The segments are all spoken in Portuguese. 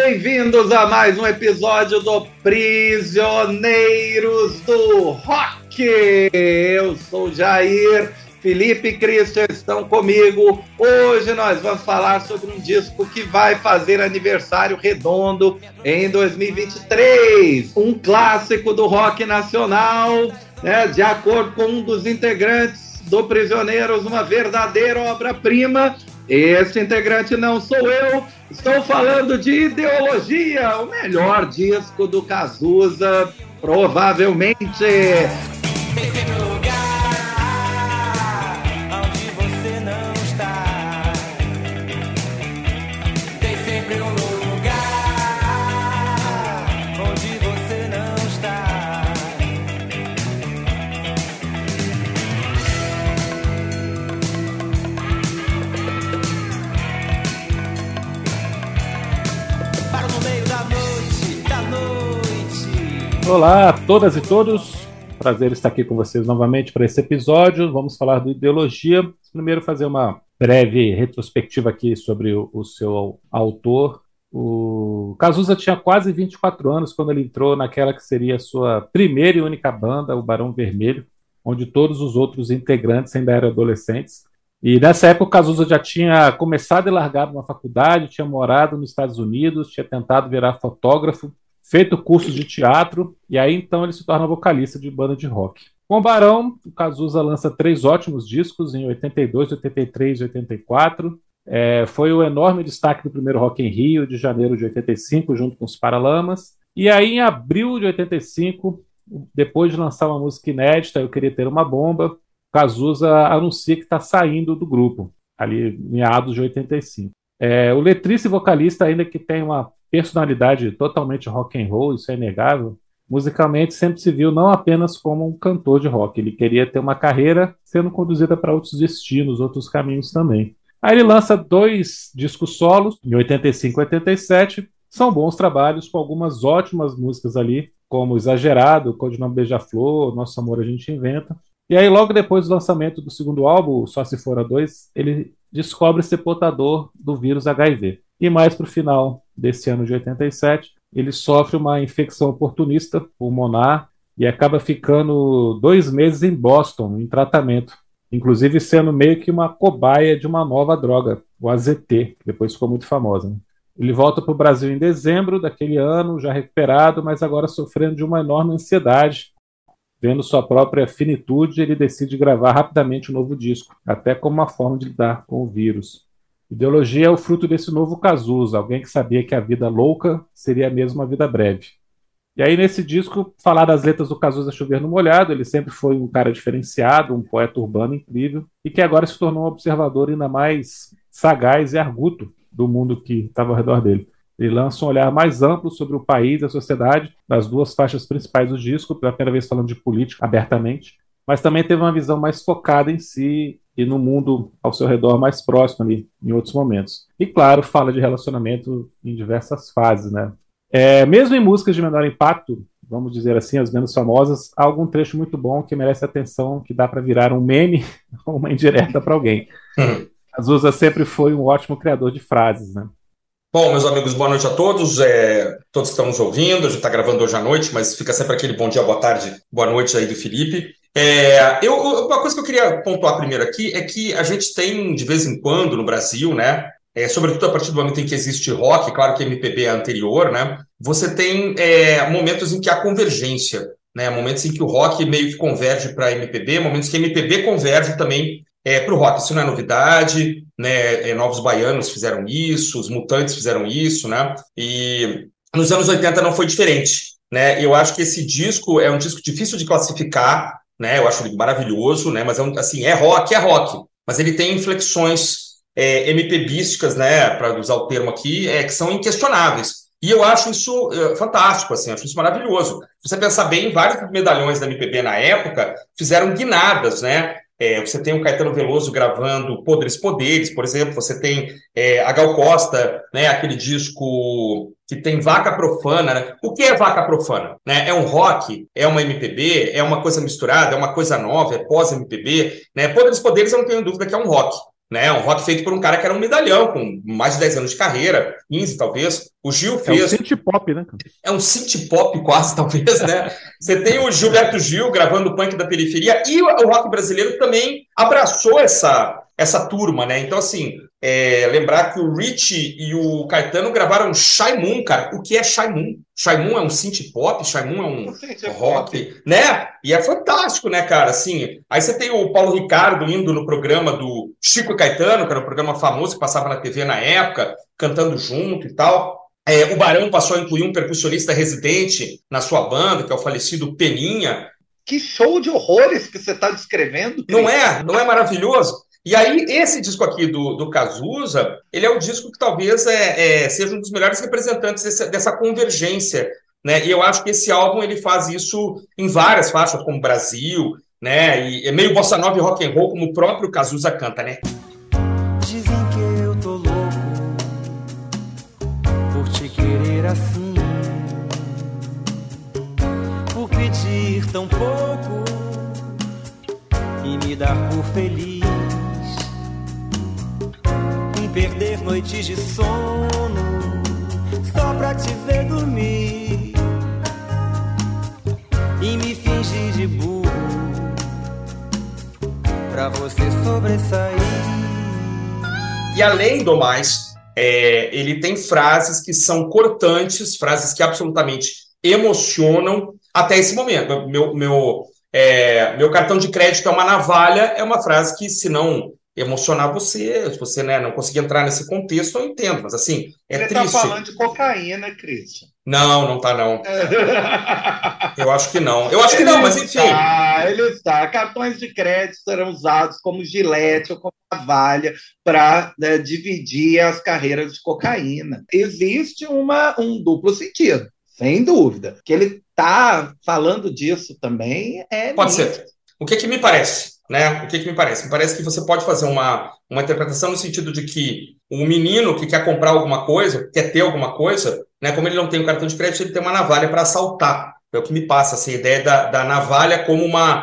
Bem-vindos a mais um episódio do Prisioneiros do Rock. Eu sou Jair, Felipe e Christian estão comigo. Hoje nós vamos falar sobre um disco que vai fazer aniversário redondo em 2023. Um clássico do rock nacional, né? De acordo com um dos integrantes do Prisioneiros, uma verdadeira obra-prima. Esse integrante não sou eu, estou falando de Ideologia, o melhor disco do Cazuza, provavelmente. Tem sempre um lugar onde você não está. Tem sempre um lugar onde você não está. Para no meio da noite, Olá a todas e todos, prazer estar aqui com vocês novamente para esse episódio. Vamos falar do Ideologia. Primeiro fazer uma breve retrospectiva aqui sobre o seu autor. O Cazuza tinha quase 24 anos quando ele entrou naquela que seria a sua primeira e única banda, o Barão Vermelho, onde todos os outros integrantes ainda eram adolescentes. E nessa época o Cazuza já tinha começado e largado uma faculdade, tinha morado nos Estados Unidos, tinha tentado virar fotógrafo, feito curso de teatro, e aí então ele se torna vocalista de banda de rock. Com o Barão, o Cazuza lança 3 ótimos discos em 82, 83 e 84. Foi o enorme destaque do primeiro Rock em Rio, de janeiro de 85, junto com os Paralamas. E aí em abril de 85, depois de lançar uma música inédita, Eu Queria Ter Uma Bomba, Cazuza anuncia que está saindo do grupo, ali meados de 85. O letrista e vocalista, ainda que tem uma personalidade totalmente rock and roll, isso é inegável, musicalmente sempre se viu não apenas como um cantor de rock, ele queria ter uma carreira sendo conduzida para outros destinos, outros caminhos também. Aí ele lança 2 discos solos, em 85 e 87, são bons trabalhos, com algumas ótimas músicas ali, como Exagerado, Codinome Beija-Flor, Nosso Amor a Gente Inventa. E aí logo depois do lançamento do segundo álbum, Só Se For a 2, ele descobre ser portador do vírus HIV. E mais para o final desse ano de 87, ele sofre uma infecção oportunista pulmonar e acaba ficando 2 meses em Boston, em tratamento, inclusive sendo meio que uma cobaia de uma nova droga, o AZT, que depois ficou muito famosa, né? Ele volta para o Brasil em dezembro daquele ano, já recuperado, mas agora sofrendo de uma enorme ansiedade. Vendo sua própria finitude, ele decide gravar rapidamente um novo disco, até como uma forma de lidar com o vírus. Ideologia é o fruto desse novo Cazuza, alguém que sabia que a vida louca seria mesmo uma vida breve. E aí nesse disco, falar das letras do Cazuza chover no molhado, ele sempre foi um cara diferenciado, um poeta urbano incrível, e que agora se tornou um observador ainda mais sagaz e arguto do mundo que estava ao redor dele. Ele lança um olhar mais amplo sobre o país e a sociedade, nas 2 faixas principais do disco, pela primeira vez falando de política abertamente, mas também teve uma visão mais focada em si e no mundo ao seu redor mais próximo ali, em outros momentos. E claro, fala de relacionamento em diversas fases, né? Mesmo em músicas de menor impacto, vamos dizer assim, as menos famosas, há algum trecho muito bom que merece atenção, que dá para virar um meme ou uma indireta para alguém. Cazuza sempre foi um ótimo criador de frases, né? Bom, meus amigos, boa noite a todos. Todos que estão nos ouvindo, a gente está gravando hoje à noite, mas fica sempre aquele bom dia, boa tarde, boa noite aí do Felipe. Uma coisa que eu queria pontuar primeiro aqui é que a gente tem, de vez em quando, no Brasil, né, sobretudo a partir do momento em que existe rock, claro que MPB é anterior, né, você tem momentos em que há convergência, né, momentos em que o rock meio que converge para a MPB, momentos que a MPB converge também para o rock. Isso não é novidade, né? Novos Baianos fizeram isso, os Mutantes fizeram isso, né? E nos anos 80 não foi diferente, né? Eu acho que esse disco é um disco difícil de classificar, né? Eu acho ele maravilhoso, né? Mas é rock, mas ele tem inflexões MPBísticas, né? Para usar o termo aqui, que são inquestionáveis. E eu acho isso fantástico, assim, acho isso maravilhoso. Se você pensar bem, vários medalhões da MPB na época fizeram guinadas, né? Você tem o Caetano Veloso gravando Podres Poderes, por exemplo, você tem a Gal Costa, né, aquele disco que tem Vaca Profana, né? O que é Vaca Profana? Né? É um rock? É uma MPB? É uma coisa misturada? É uma coisa nova? É pós-MPB? Né? Podres Poderes, eu não tenho dúvida que é um rock. né? Um rock feito por um cara que era um medalhão, com mais de 10 anos de carreira, 15 talvez. O Gil É o fez. synth pop, né? É um synth pop quase, talvez, né? Você tem o Gilberto Gil gravando o punk da periferia e o rock brasileiro também abraçou essa turma, né? Então, assim, lembrar que o Rich e o Caetano gravaram Shy Moon, cara. O que é Shy Moon? Shy Moon é um synth pop, Shy Moon é um rock, né? E é fantástico, né, cara? Assim, aí você tem o Paulo Ricardo indo no programa do Chico e Caetano, que era um programa famoso que passava na TV na época, cantando junto e tal. O Barão passou a incluir um percussionista residente na sua banda, que é o falecido Peninha. Que show de horrores que você está descrevendo. Não é? Não é maravilhoso? E aí, esse disco aqui do Cazuza, ele é o disco que talvez seja um dos melhores representantes dessa convergência, né? E eu acho que esse álbum ele faz isso em várias faixas, como Brasil, né? E é meio bossa nova e rock and roll, como o próprio Cazuza canta, né? Dizem que eu tô louco por te querer assim, por pedir tão pouco e me dar por feliz, em perder noites de sono só pra te ver dormir e me fingir de burro pra você sobressair. E além do mais, ele tem frases que são cortantes, frases que absolutamente emocionam até esse momento. Meu cartão de crédito é uma navalha, é uma frase que, se não emocionar você, se você, né, não conseguir entrar nesse contexto, eu entendo, mas assim, Ele triste. está falando de cocaína, Christian. Não tá não. Eu acho que não. Eu acho que não, mas enfim. Ele está. Cartões de crédito serão usados como gilete ou como navalha para dividir as carreiras de cocaína. Existe um duplo sentido, sem dúvida. Que ele está falando disso também Pode ser. O que me parece? Né? O que me parece? Me parece que você pode fazer uma interpretação no sentido de que o menino que quer comprar alguma coisa, quer ter alguma coisa, né? Como ele não tem um cartão de crédito, ele tem uma navalha para assaltar. É o que me passa, essa ideia da navalha como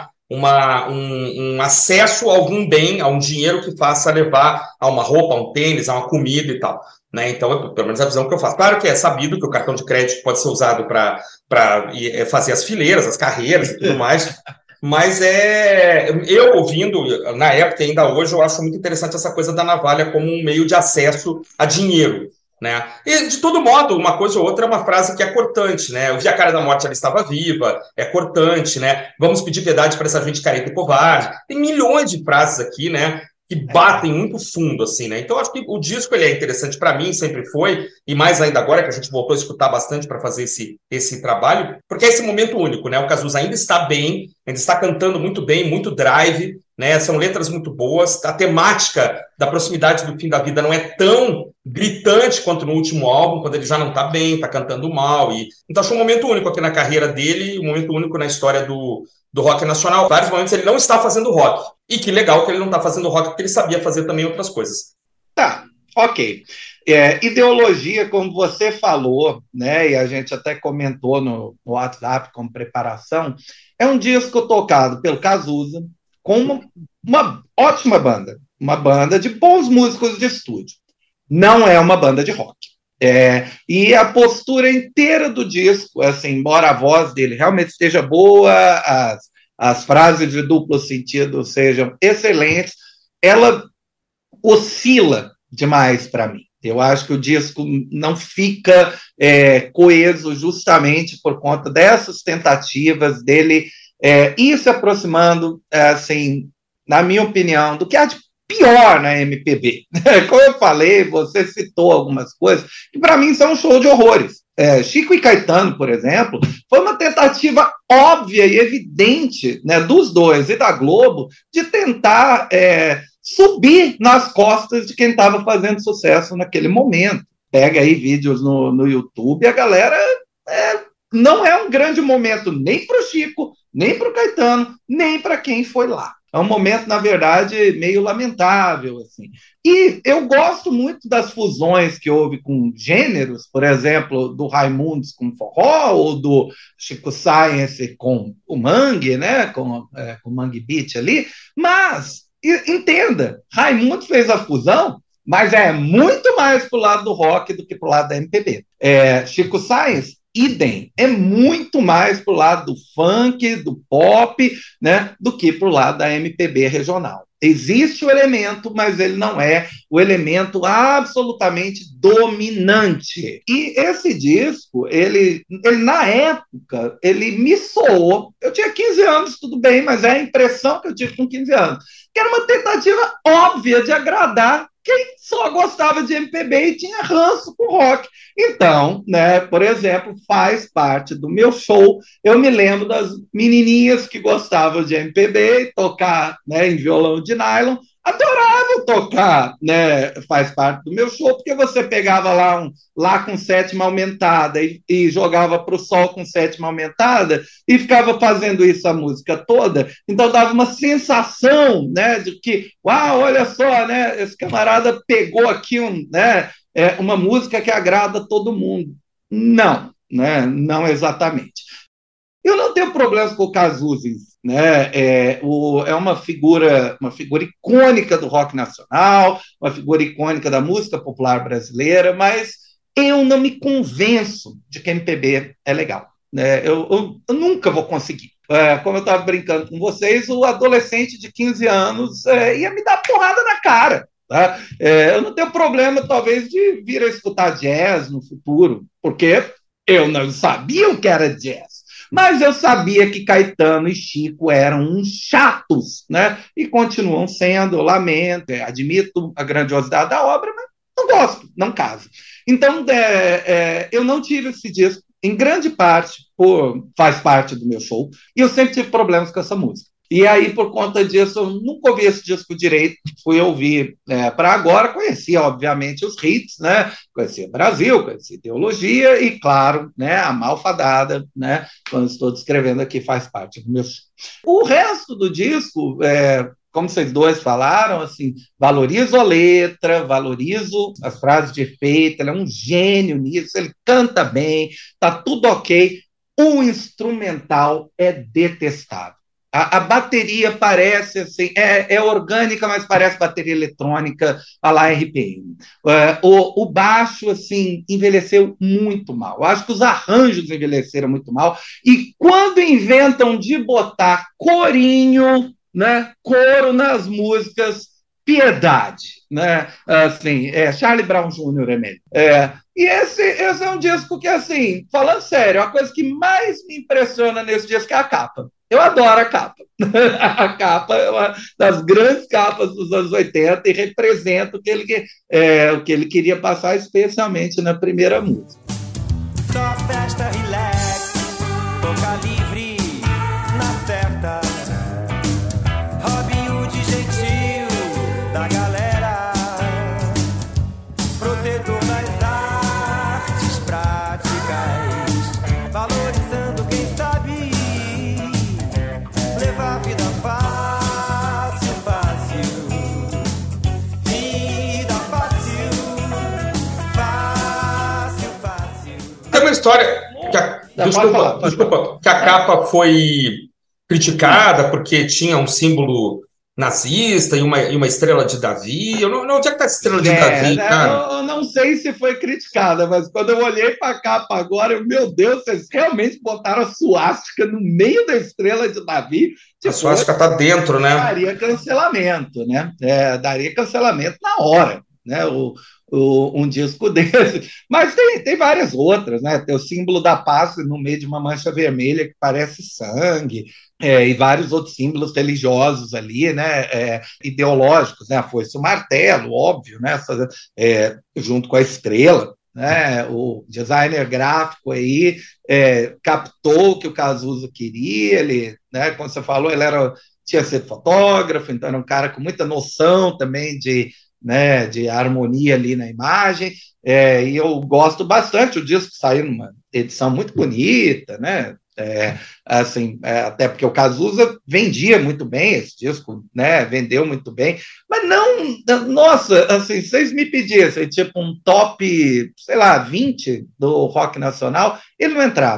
um acesso a algum bem, a um dinheiro que faça levar a uma roupa, a um tênis, a uma comida e tal. Né? Então, pelo menos a visão que eu faço. Claro que é sabido que o cartão de crédito pode ser usado para fazer as fileiras, as carreiras e tudo mais. Mas eu ouvindo, na época e ainda hoje, eu acho muito interessante essa coisa da navalha como um meio de acesso a dinheiro, né? E, de todo modo, uma coisa ou outra é uma frase que é cortante, né? Eu vi a cara da morte, ela estava viva, é cortante, né? Vamos pedir piedade para essa gente careta e covarde. Tem milhões de frases aqui, né? Que batem muito fundo, assim, né? Então, acho que o disco ele é interessante para mim, sempre foi, e mais ainda agora que a gente voltou a escutar bastante para fazer esse trabalho, porque é esse momento único, né? O Cazuza ainda está bem, ainda está cantando muito bem, muito drive, né? São letras muito boas, a temática da proximidade do fim da vida não é tão gritante quanto no último álbum, quando ele já não está bem, está cantando mal, então acho um momento único aqui na carreira dele, um momento único na história do rock nacional. Em vários momentos ele não está fazendo rock. E que legal que ele não está fazendo rock, porque ele sabia fazer também outras coisas. Tá, ok. Ideologia, como você falou, né, e a gente até comentou no WhatsApp como preparação, é um disco tocado pelo Cazuza com uma ótima banda, uma banda de bons músicos de estúdio. Não é uma banda de rock. E a postura inteira do disco, assim, embora a voz dele realmente esteja boa, as frases de duplo sentido sejam excelentes, ela oscila demais para mim. Eu acho que o disco não fica coeso justamente por conta dessas tentativas dele ir se aproximando, assim, na minha opinião, do que há de pior na MPB. Como eu falei, você citou algumas coisas que para mim são um show de horrores. Chico e Caetano, por exemplo, foi uma tentativa óbvia e evidente, né, dos dois e da Globo de tentar subir nas costas de quem estava fazendo sucesso naquele momento. Pega aí vídeos no YouTube, a galera não é um grande momento nem para o Chico, nem para o Caetano, nem para quem foi lá. É um momento, na verdade, meio lamentável, assim. E eu gosto muito das fusões que houve com gêneros, por exemplo, do Raimundos com forró, ou do Chico Science com o Mangue, né? Com o Mangue Beat ali, mas entenda, Raimundo fez a fusão, mas é muito mais pro lado do rock do que pro lado da MPB. Chico Science, idem, é muito mais pro lado do funk, do pop, né, do que pro lado da MPB regional. Existe o elemento, mas ele não é o elemento absolutamente dominante. E esse disco, ele na época, ele me soou. Eu tinha 15 anos, tudo bem, mas é a impressão que eu tive com 15 anos. Que era uma tentativa óbvia de agradar quem só gostava de MPB e tinha ranço com rock. Então, né, por exemplo, faz parte do meu show. Eu me lembro das menininhas que gostavam de MPB, tocar, né, em violão de nylon, adoravam tocar, né, faz parte do meu show, porque você pegava lá com sétima aumentada e jogava para o sol com sétima aumentada e ficava fazendo isso a música toda, então dava uma sensação, né, de que, uau, olha só, né, esse camarada pegou aqui uma música que agrada todo mundo. Não, né, não exatamente. Eu não tenho problemas com o Cazuza, né? É uma figura icônica do rock nacional, uma figura icônica da música popular brasileira, mas eu não me convenço de que MPB é legal, né? Eu nunca vou conseguir. Como eu estava brincando com vocês, o adolescente de 15 anos ia me dar porrada na cara. Tá? Eu não tenho problema, talvez, de vir a escutar jazz no futuro, porque eu não sabia o que era jazz. Mas eu sabia que Caetano e Chico eram uns chatos, né? E continuam sendo, eu lamento, admito a grandiosidade da obra, mas não gosto, não caso. Então, eu não tive esse disco, em grande parte, faz parte do meu show, e eu sempre tive problemas com essa música. E aí, por conta disso, eu nunca ouvi esse disco direito, fui ouvir para agora, conhecia, obviamente, os hits, né? Conhecia Brasil, conhecia Teologia e, claro, né, a Malfadada, né? Quando estou descrevendo aqui, faz parte do meu show. O resto do disco, como vocês dois falaram, assim, valorizo a letra, valorizo as frases de efeito, ele é um gênio nisso, ele canta bem, tá tudo ok. O instrumental é detestável. A bateria parece assim, é orgânica, mas parece bateria eletrônica a lá RPM. O baixo assim envelheceu muito mal. Eu acho que os arranjos envelheceram muito mal. E quando inventam de botar corinho, né, coro nas músicas, piedade, né? Assim, Charlie Brown Jr. é melhor. E esse é um disco que, assim, falando sério, a coisa que mais me impressiona nesse disco é a capa. Eu adoro a capa. A capa é uma das grandes capas dos anos 80 e representa o que ele queria passar, especialmente na primeira música. Só festa, relax, toca livre na certa. Robin Hood gentil da galera, protetor das artes práticas, valorizando quem sabe levar a vida fácil, fácil, vida fácil, fácil, fácil. Tem uma história que a capa foi criticada porque tinha um símbolo nazista e uma estrela de Davi. Onde é que está a estrela de Davi, cara? Eu não sei se foi criticada, mas quando eu olhei para a capa agora, meu Deus, vocês realmente botaram a suástica no meio da estrela de Davi? A suástica está dentro, né? Daria cancelamento, né? Daria cancelamento na hora, né? Um disco desse. Mas tem várias outras, né? Tem o símbolo da paz no meio de uma mancha vermelha que parece sangue, e vários outros símbolos religiosos ali, né? Ideológicos, né? A foice e o martelo, óbvio, né? Junto com a estrela. Né, o designer gráfico aí captou o que o Cazuza queria, ele, né, como você falou, tinha sido fotógrafo, então era um cara com muita noção também de harmonia ali na imagem, e eu gosto bastante. O disco saiu numa edição muito bonita, né? Até porque o Cazuza vendia muito bem esse disco, né? Vendeu muito bem, mas não, nossa, assim, vocês me pedissem tipo um top, sei lá, 20 do rock nacional, ele não entrava.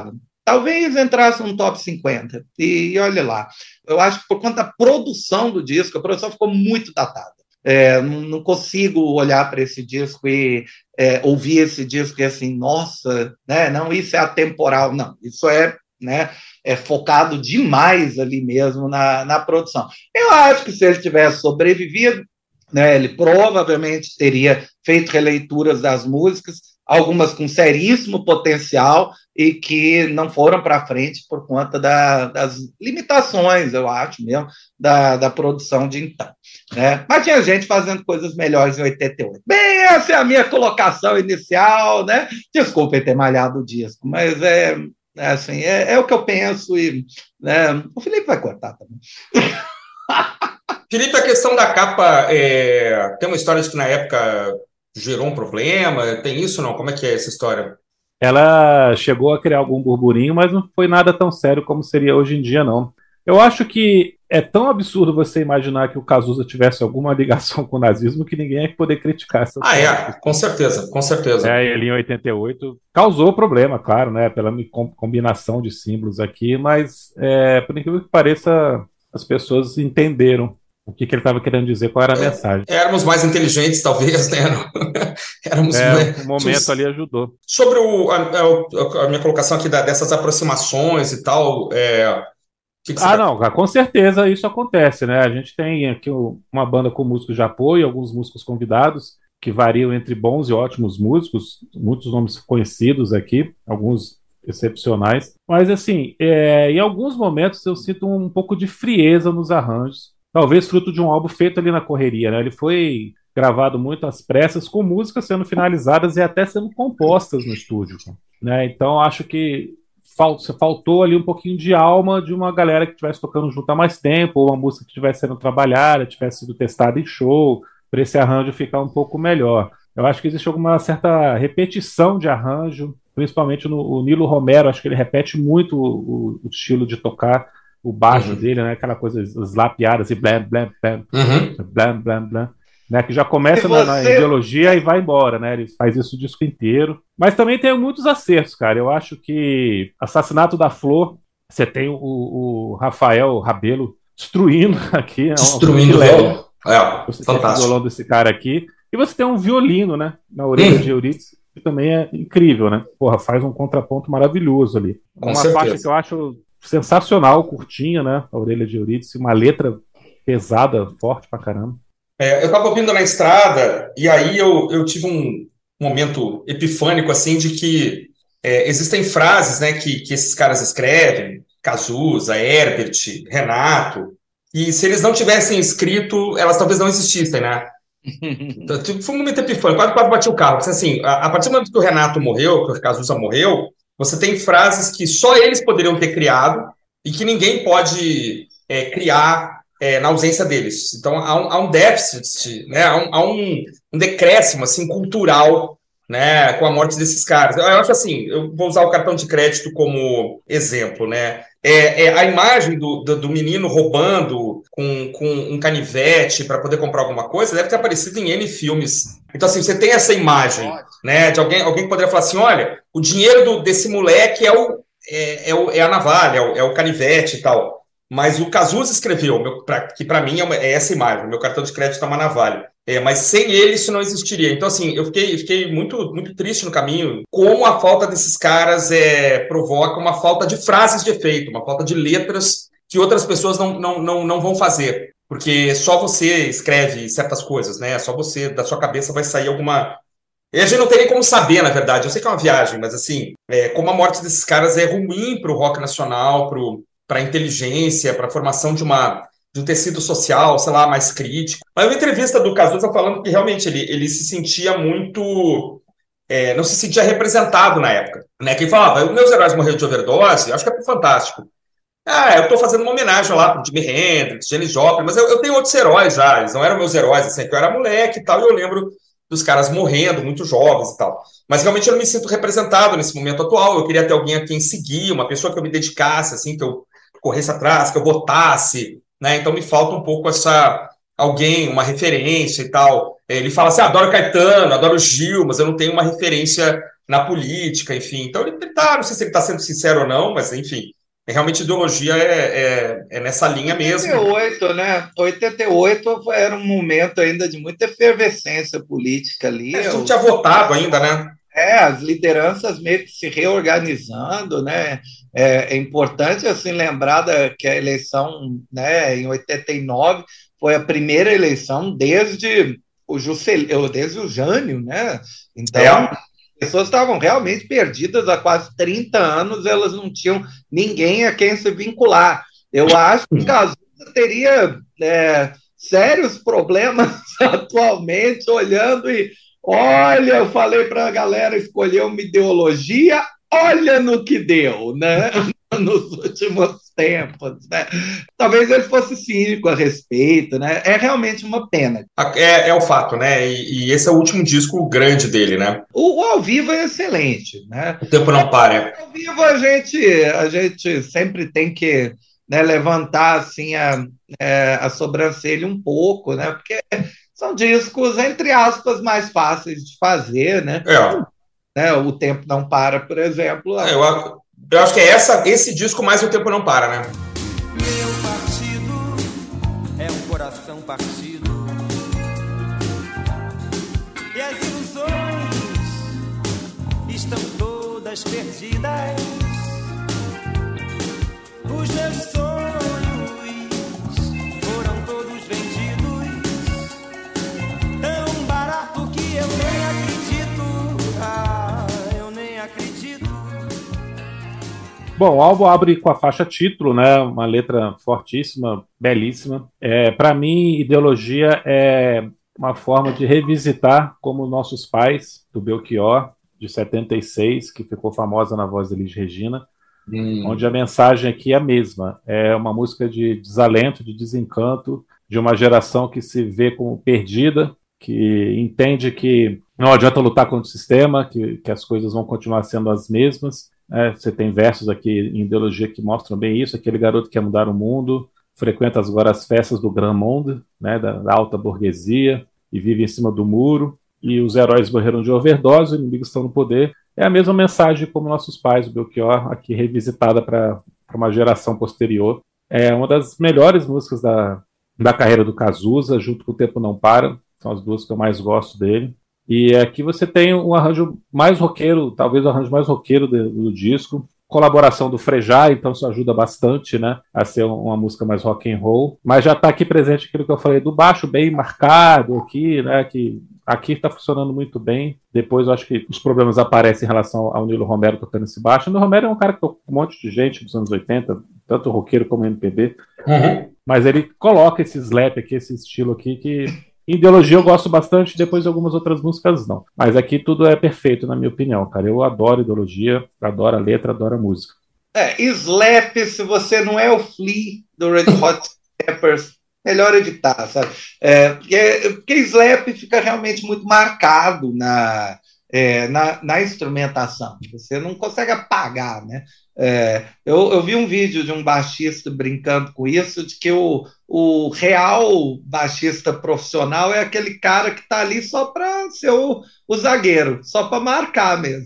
talvez entrasse no top 50. E olha lá, eu acho que por conta da produção do disco, a produção ficou muito datada. Não consigo olhar para esse disco e ouvir esse disco e assim, nossa, né? Não, isso é atemporal. Não, isso né, é focado demais ali mesmo na produção. Eu acho que se ele tivesse sobrevivido, né, ele provavelmente teria feito releituras das músicas, algumas com seríssimo potencial e que não foram para frente por conta das limitações, eu acho mesmo, da produção de então. Né? Mas tinha gente fazendo coisas melhores em 88. Bem, essa é a minha colocação inicial, né? Desculpem ter malhado o disco, mas assim, é o que eu penso e né, o Felipe vai cortar também. Felipe, a questão da capa tem uma história de que na época gerou um problema, tem isso não? Como é que é essa história? Ela chegou a criar algum burburinho, mas não foi nada tão sério como seria hoje em dia, não. Eu acho que é tão absurdo você imaginar que o Cazuza tivesse alguma ligação com o nazismo que ninguém ia poder criticar essa coisa. Com certeza, com certeza. Ele em 88 causou problema, claro, né, pela combinação de símbolos aqui, mas por incrível que pareça, as pessoas entenderam o que ele estava querendo dizer, qual era a mensagem. Éramos mais inteligentes, talvez, né? O momento ali ajudou. Sobre a minha colocação aqui dessas aproximações e tal, não, com certeza isso acontece, né? A gente tem aqui uma banda com músicos de apoio, alguns músicos convidados, que variam entre bons e ótimos músicos, muitos nomes conhecidos aqui, alguns excepcionais, mas assim, em alguns momentos eu sinto um pouco de frieza nos arranjos, talvez fruto de um álbum feito ali na correria, né? Ele foi gravado muito às pressas, com músicas sendo finalizadas e até sendo compostas no estúdio, né? Então acho que faltou ali um pouquinho de alma de uma galera que estivesse tocando junto há mais tempo, ou uma música que estivesse sendo trabalhada, tivesse sido testada em show, para esse arranjo ficar um pouco melhor. Eu acho que existe alguma certa repetição de arranjo, principalmente no Nilo Romero, acho que ele repete muito o estilo de tocar, o baixo dele, né? Aquela coisa, as lapiadas, e blam, blam, blam, blam, blam, blam, né? Que já começa na ideologia e vai embora, né? Ele faz isso o disco inteiro. Mas também tem muitos acertos, cara. Eu acho que Assassinato da Flor, você tem o Rafael Rabelo destruindo aqui. Destruindo o violão. Você tem o violão desse cara aqui. E você tem um violino, né? Na orelha de Eurídice, que também é incrível, né? Porra, faz um contraponto maravilhoso ali. Com certeza. Faixa que eu acho sensacional, curtinha, né? A orelha de Eurídice, uma letra pesada, forte pra caramba. Eu estava ouvindo na estrada e aí eu tive um momento epifânico, assim, de que existem frases, né, que esses caras escrevem, Cazuza, Herbert, Renato, e se eles não tivessem escrito, elas talvez não existissem, né? Então, foi um momento epifânico, quase bati o carro. Porque, assim, a partir do momento que o Renato morreu, que o Cazuza morreu, você tem frases que só eles poderiam ter criado e que ninguém pode criar na ausência deles. Então, há um déficit, né? Há um decréscimo assim, cultural, né? Com a morte desses caras. Eu acho assim, eu vou usar o cartão de crédito como exemplo, né? A imagem do menino roubando com um canivete para poder comprar alguma coisa deve ter aparecido em N filmes. Então, assim, você tem essa imagem, né? De alguém que poderia falar assim, olha, o dinheiro desse moleque é a navalha, é o canivete e tal. Mas o Cazuza escreveu, que para mim é essa imagem, meu cartão de crédito é uma navalha. Mas sem ele isso não existiria. Então, assim, eu fiquei muito, muito triste no caminho, como a falta desses caras provoca uma falta de frases de efeito, uma falta de letras que outras pessoas não vão fazer. Porque só você escreve certas coisas, né? Só você, da sua cabeça, vai sair alguma... E a gente não tem nem como saber, na verdade. Eu sei que é uma viagem, mas, assim, como a morte desses caras é ruim para o rock nacional, para a inteligência, para a formação de um tecido social, sei lá, mais crítico. Mas uma entrevista do Cazuza falando que realmente ele se sentia muito... não se sentia representado na época. Né? Quem falava, meus heróis morreram de overdose, eu acho que é fantástico. Eu estou fazendo uma homenagem lá para o Jimi Hendrix, Janis Joplin, mas eu tenho outros heróis já, eles não eram meus heróis, assim, que eu era moleque e tal, e eu lembro dos caras morrendo, muito jovens e tal. Mas realmente eu não me sinto representado nesse momento atual, eu queria ter alguém a quem seguir, uma pessoa que eu me dedicasse, assim, que eu corresse atrás, que eu votasse, né? Então me falta um pouco alguém, uma referência e tal. Ele fala assim, adoro Caetano, adoro Gil, mas eu não tenho uma referência na política, enfim. Então ele tá, não sei se ele está sendo sincero ou não, mas enfim, realmente ideologia é nessa linha mesmo. 88, né? 88 era um momento ainda de muita efervescência política ali. A gente não tinha votado ainda, né? As lideranças meio que se reorganizando, né? É importante assim lembrar que a eleição, né, em 89 foi a primeira eleição desde desde o Jânio, né? Então, as pessoas estavam realmente perdidas há quase 30 anos, elas não tinham ninguém a quem se vincular. Eu acho que Cazuza teria sérios problemas atualmente, olhando e olha, eu falei para a galera escolher uma ideologia, olha no que deu, né? Nos últimos tempos, né? Talvez ele fosse cínico a respeito, né? É realmente uma pena. É o fato, né? E esse é o último disco grande dele, né? O ao vivo é excelente, né? O Tempo Não Para. Ao vivo a gente sempre tem que, né, levantar assim a sobrancelha um pouco, né? Porque são discos, entre aspas, mais fáceis de fazer, né? O Tempo Não Para, por exemplo. Eu acho que é esse disco mais O Tempo Não Para, né? Meu partido é um coração partido e as ilusões estão todas perdidas. Os meus sonhos foram todos vendidos, tão barato que eu nem acredito. Eu nem acredito. Bom, o álbum abre com a faixa título, né? Uma letra fortíssima, belíssima. Para mim, ideologia é uma forma de revisitar como nossos pais, do Belchior, de 76, que ficou famosa na voz de Elis Regina, onde a mensagem aqui é a mesma. É uma música de desalento, de desencanto, de uma geração que se vê como perdida, que entende que não adianta lutar contra o sistema, que as coisas vão continuar sendo as mesmas. Você tem versos aqui em ideologia que mostram bem isso. Aquele garoto que quer mudar o mundo, frequenta agora as festas do Grand Monde, né, da alta burguesia, e vive em cima do muro. E os heróis morreram de overdose, os inimigos estão no poder. É a mesma mensagem como nossos pais, o Belchior, aqui revisitada para uma geração posterior. É uma das melhores músicas da carreira do Cazuza, junto com O Tempo Não Para. São as duas que eu mais gosto dele. E aqui você tem um arranjo mais roqueiro, talvez o arranjo mais roqueiro do disco. Colaboração do Frejá, então isso ajuda bastante, né, a ser uma música mais rock and roll. Mas já está aqui presente aquilo que eu falei do baixo bem marcado aqui, né, que aqui está funcionando muito bem. Depois eu acho que os problemas aparecem em relação ao Nilo Romero tocando esse baixo. O Nilo Romero é um cara que tocou com um monte de gente dos anos 80, tanto roqueiro como MPB. Mas ele coloca esse slap aqui, esse estilo aqui que... Ideologia eu gosto bastante, depois algumas outras músicas não. Mas aqui tudo é perfeito, na minha opinião, cara. Eu adoro ideologia, adoro a letra, adoro a música. Slap, se você não é o Flea do Red Hot Peppers, melhor evitar, sabe? Porque Slap fica realmente muito marcado na instrumentação. Você não consegue apagar, né? Eu vi um vídeo de um baixista brincando com isso, de que o real baixista profissional é aquele cara que está ali só para ser o zagueiro, só para marcar mesmo.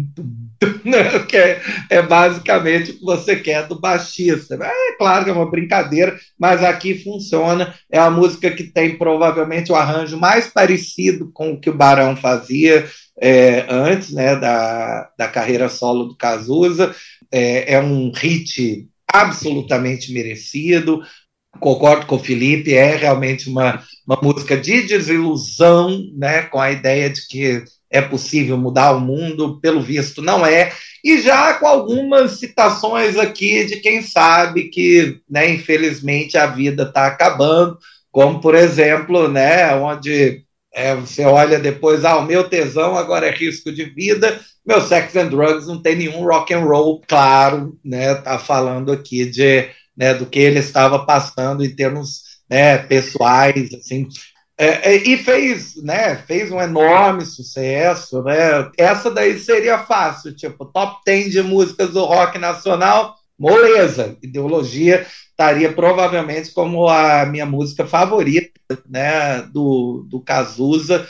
Né? Que é basicamente o que você quer do baixista. É claro que é uma brincadeira, mas aqui funciona. É a música que tem provavelmente o arranjo mais parecido com o que o Barão fazia antes, né, da carreira solo do Cazuza. É um hit absolutamente merecido. Concordo com o Felipe, é realmente uma música de desilusão, né, com a ideia de que é possível mudar o mundo, pelo visto não é, e já com algumas citações aqui de quem sabe que, né, infelizmente a vida está acabando, como por exemplo, né, onde você olha depois, o meu tesão agora é risco de vida, meu Sex and Drugs não tem nenhum rock and roll, claro, né, tá falando aqui do que ele estava passando em termos, né, pessoais, assim, e fez um enorme sucesso, né? Essa daí seria fácil, tipo, top 10 de músicas do rock nacional, moleza, ideologia estaria provavelmente como a minha música favorita, né, do Cazuza.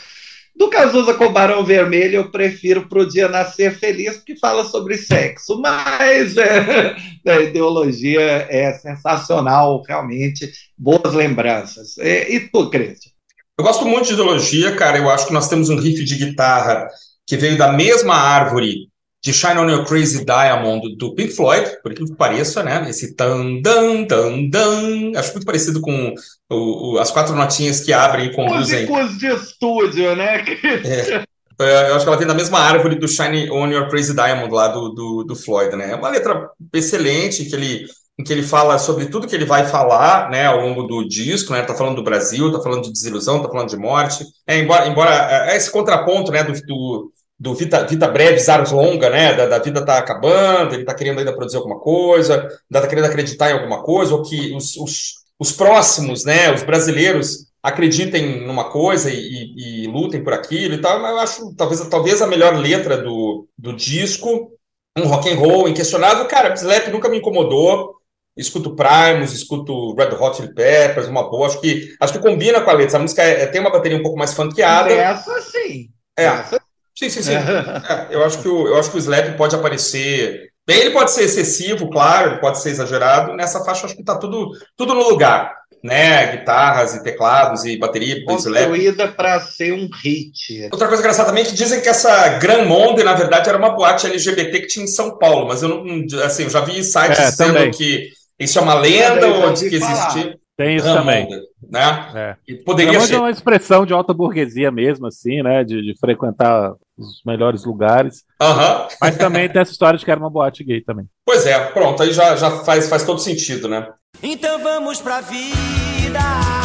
Do Cazuza com Barão Vermelho, eu prefiro Pro Dia Nascer Feliz, porque fala sobre sexo, mas a ideologia é sensacional, realmente, boas lembranças. E tu, Cristian? Eu gosto muito de ideologia, cara. Eu acho que nós temos um riff de guitarra que veio da mesma árvore de Shine On Your Crazy Diamond do Pink Floyd, por aquilo que pareça, né? Esse tan, dan, dan, dan. Acho muito parecido com as quatro notinhas que abrem e conduzem. Músicos de estúdio, né? Eu acho que ela vem da mesma árvore do Shine On Your Crazy Diamond lá do Floyd, né? É uma letra excelente em que ele fala sobre tudo que ele vai falar, né, ao longo do disco, né? Tá falando do Brasil, tá falando de desilusão, tá falando de morte. Embora esse contraponto, né, do Vita Breve, Zaros Longa, né? Da vida tá acabando, ele tá querendo ainda produzir alguma coisa, ainda tá querendo acreditar em alguma coisa, ou que os próximos, né? Os brasileiros acreditem numa coisa e lutem por aquilo e tal. Mas eu acho talvez a melhor letra do disco, um rock and roll inquestionável. Cara, Slap nunca me incomodou. Escuto Primus, escuto Red Hot Chili Peppers, uma boa. Acho que combina com a letra. A música tem uma bateria um pouco mais funkeada. Essa sim. Sim. Eu acho que o Slap pode aparecer. Bem, ele pode ser excessivo, claro, ele pode ser exagerado. Nessa faixa, acho que tá tudo no lugar, né? Guitarras e teclados e bateria. Construída para ser um hit. Outra coisa engraçadamente, dizem que essa Grand Monde, na verdade, era uma boate LGBT que tinha em São Paulo, mas eu não, assim, eu já vi sites dizendo que isso é uma lenda ou que existia. Tem isso também. Né? E poderia ser. É uma expressão de alta burguesia mesmo, assim, né? De frequentar os melhores lugares. Mas também tem essa história de que era uma boate gay também. Pois é, pronto, aí já faz todo sentido, né? Então vamos pra vida,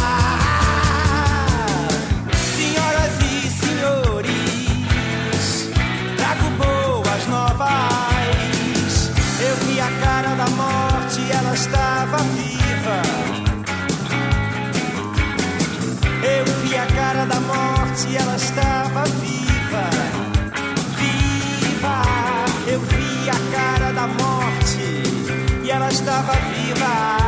senhoras e senhores, trago boas novas. Eu vi a cara da morte, ela estava viva. Eu vi a cara da morte, ela estava viva. Viva! Eu vi a cara da morte e ela estava viva.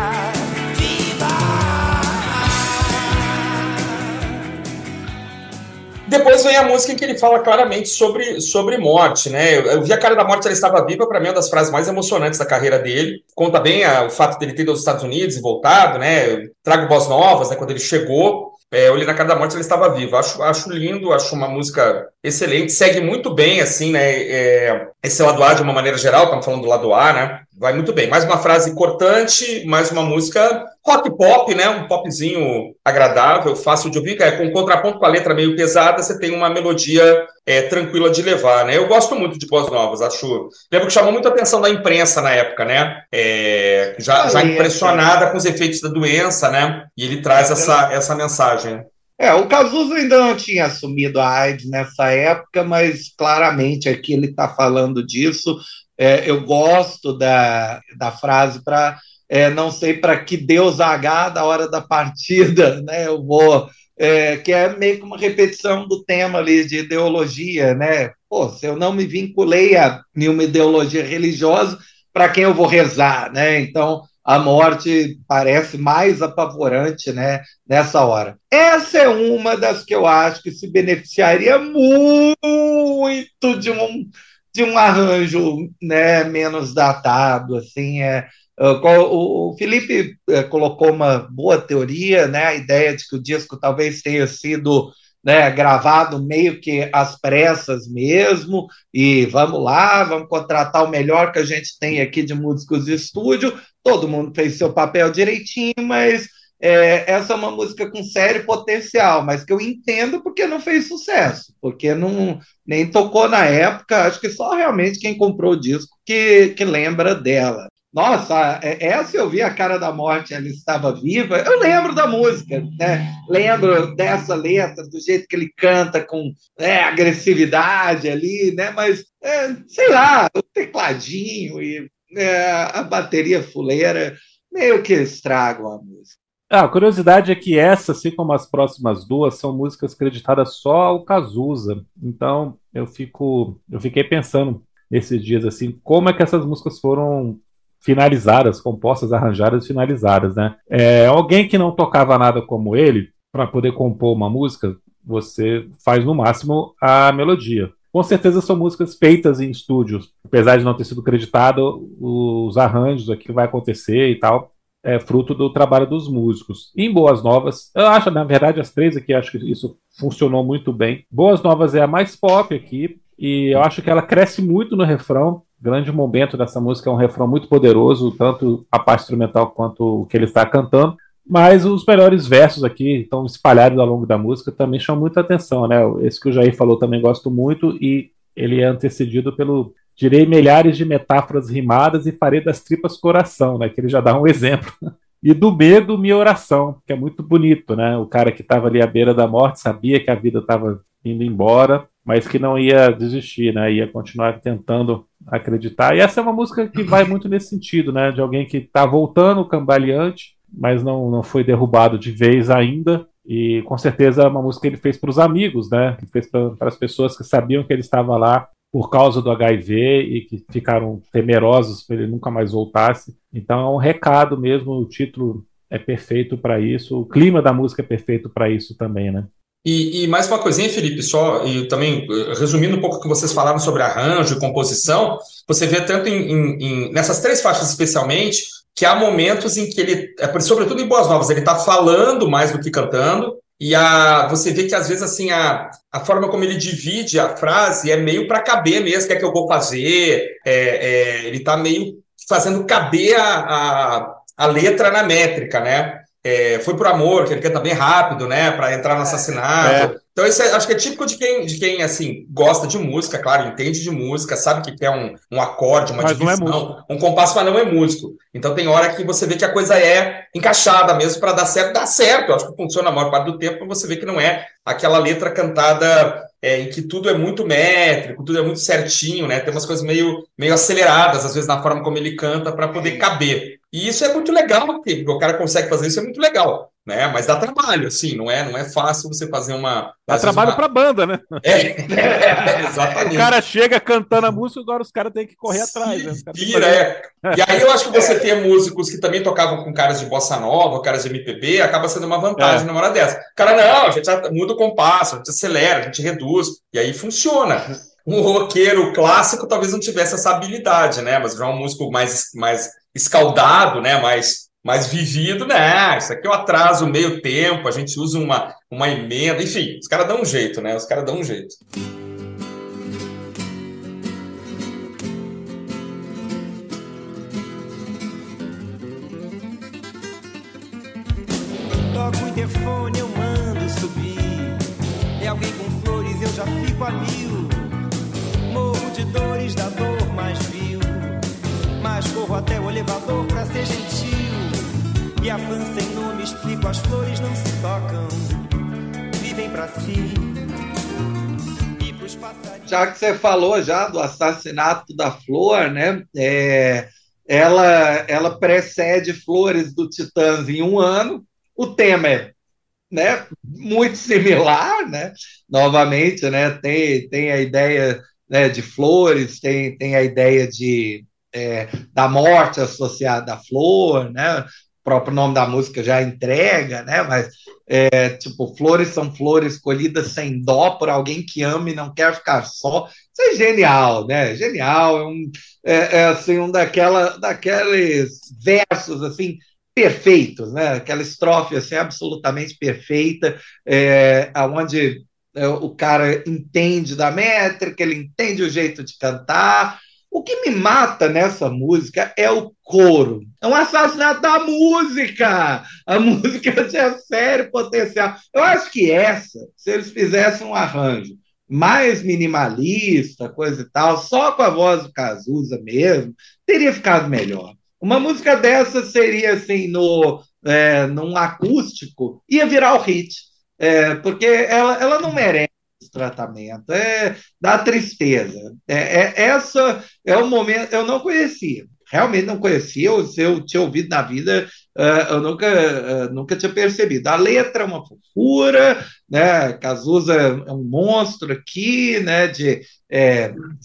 Depois vem a música em que ele fala claramente sobre morte, né? Eu vi a cara da morte, ela estava viva, para mim é uma das frases mais emocionantes da carreira dele. Conta bem o fato dele ter ido aos Estados Unidos e voltado, né? Eu trago boas novas, né? Quando ele chegou, eu li na cara da morte, ela estava viva. Acho lindo, acho uma música excelente, segue muito bem, assim, né? Esse lado A de uma maneira geral, estamos falando do lado A, né? Vai muito bem. Mais uma frase cortante, mais uma música rock pop, né? Um popzinho agradável, fácil de ouvir. Com contraponto com a letra meio pesada, você tem uma melodia tranquila de levar, né? Eu gosto muito de Boas Novas, acho. Lembro que chamou muito a atenção da imprensa na época, né? Já impressionada com os efeitos da doença, né? E ele traz essa mensagem. O Cazuza ainda não tinha assumido a AIDS nessa época, mas claramente aqui ele está falando disso. Eu gosto da frase para não sei para que Deus H da hora da partida, né? Eu vou, que é meio que uma repetição do tema ali de ideologia, né? Pô, se eu não me vinculei a nenhuma ideologia religiosa, para quem eu vou rezar, né? Então a morte parece mais apavorante, né, nessa hora. Essa é uma das que eu acho que se beneficiaria muito de um arranjo, né, menos datado, assim. O Felipe colocou uma boa teoria, né, a ideia de que o disco talvez tenha sido, né, gravado meio que às pressas mesmo, e vamos lá, vamos contratar o melhor que a gente tem aqui de músicos de estúdio. Todo mundo fez seu papel direitinho, mas essa é uma música com sério potencial, mas que eu entendo porque não fez sucesso, porque nem tocou na época. Acho que só realmente quem comprou o disco que lembra dela. Nossa, essa eu vi a cara da morte, ela estava viva. Eu lembro da música, né? Lembro dessa letra, do jeito que ele canta com agressividade ali, né? Mas, sei lá, o tecladinho e a bateria fuleira meio que estragam a música. A curiosidade é que essa, assim como as próximas duas, são músicas creditadas só ao Cazuza. Então, eu fiquei pensando nesses dias, assim, como é que essas músicas foram finalizadas, compostas, arranjadas e finalizadas, né? Alguém que não tocava nada como ele, para poder compor uma música, você faz no máximo a melodia. Com certeza são músicas feitas em estúdios, apesar de não ter sido creditado, os arranjos, aqui vai acontecer e tal, é fruto do trabalho dos músicos. Em Boas Novas, eu acho, na verdade, as três aqui, acho que isso funcionou muito bem. Boas Novas é a mais pop aqui, e eu acho que ela cresce muito no refrão. Grande momento dessa música é um refrão muito poderoso, tanto a parte instrumental quanto o que ele está cantando. Mas os melhores versos aqui estão espalhados ao longo da música, também chamam muita atenção, né? Esse que o Jair falou também gosto muito, e ele é antecedido pelo direi milhares de metáforas rimadas e farei das tripas coração, né? Que ele já dá um exemplo. E do medo, minha oração, que é muito bonito, né? O cara que estava ali à beira da morte sabia que a vida estava indo embora, mas que não ia desistir, né? Ia continuar tentando acreditar. E essa é uma música que vai muito nesse sentido, né? De alguém que está voltando, cambaleante, mas não foi derrubado de vez ainda. E com certeza é uma música que ele fez para os amigos, né? Ele fez para as pessoas que sabiam que ele estava lá por causa do HIV e que ficaram temerosos para ele nunca mais voltasse. Então é um recado mesmo, o título é perfeito para isso, o clima da música é perfeito para isso também, né? E mais uma coisinha, Felipe, só, e também resumindo um pouco o que vocês falaram sobre arranjo e composição, você vê tanto nessas três faixas especialmente, que há momentos em que ele, sobretudo em Boas Novas, ele está falando mais do que cantando, e você vê que às vezes assim, a forma como ele divide a frase é meio para caber mesmo, o que é que eu vou fazer, ele está meio fazendo caber a letra na métrica, né? Foi por amor, que ele canta bem rápido, né? Para entrar no assassinato. Então, isso acho que é típico de quem assim, gosta de música, claro, entende de música, sabe que é um acorde, uma mas divisão, um compasso, mas não é músico. Então, tem hora que você vê que a coisa é encaixada mesmo para dar certo. Dá certo, eu acho que funciona a maior parte do tempo, você vê que não é aquela letra cantada em que tudo é muito métrico, tudo é muito certinho, né? Tem umas coisas meio aceleradas, às vezes, na forma como ele canta, para poder caber. E isso é muito legal, porque o cara consegue fazer isso, é muito legal, né? Mas dá trabalho, assim, não é fácil você fazer uma... Dá trabalho para a banda, né? Exatamente. O cara chega cantando a música, agora os caras têm que correr atrás. Né? E aí eu acho que você ter músicos que também tocavam com caras de bossa nova, caras de MPB, acaba sendo uma vantagem numa hora dessa. O cara, não, a gente muda o compasso, a gente acelera, a gente reduz, e aí funciona. Um roqueiro clássico talvez não tivesse essa habilidade, né? Mas já um músico mais escaldado, né? Mais vivido, né? Isso aqui é o atraso, meio tempo, a gente usa uma emenda, enfim, os caras dão um jeito, né? Os caras dão um jeito. Toco o interfone, eu mando subir. É alguém com flores, eu já fico a mil. Morro de dores da dor mais vil, mas corro até o elevador pra ser gentil. E a fã sem nome explico, as flores não se tocam, vivem pra si. E pros passarinhos... Já que você falou já do assassinato da Flor, né? Ela precede Flores do Titãs em um ano. O tema é, né, muito similar, né? Novamente, né? Tem a ideia, né, de flores, tem a ideia da morte associada à flor, né? O próprio nome da música já entrega, né? Mas tipo, flores são flores colhidas sem dó por alguém que ama e não quer ficar só. Isso é genial, né? Genial, assim, daqueles versos assim perfeitos, né? Aquela estrofe assim absolutamente perfeita, onde o cara entende da métrica, ele entende o jeito de cantar. O que me mata nessa música é o coro. É um assassinato da música. A música tinha sério potencial. Eu acho que se eles fizessem um arranjo mais minimalista, coisa e tal, só com a voz do Cazuza mesmo, teria ficado melhor. Uma música dessa seria assim, num acústico, ia virar o hit. Porque ela não merece tratamento, dá tristeza. Essa é o momento. Eu não conhecia, realmente não conhecia. Se eu tinha ouvido na vida, eu nunca tinha percebido. A letra é uma fofura, né? Cazuza é um monstro aqui, né? De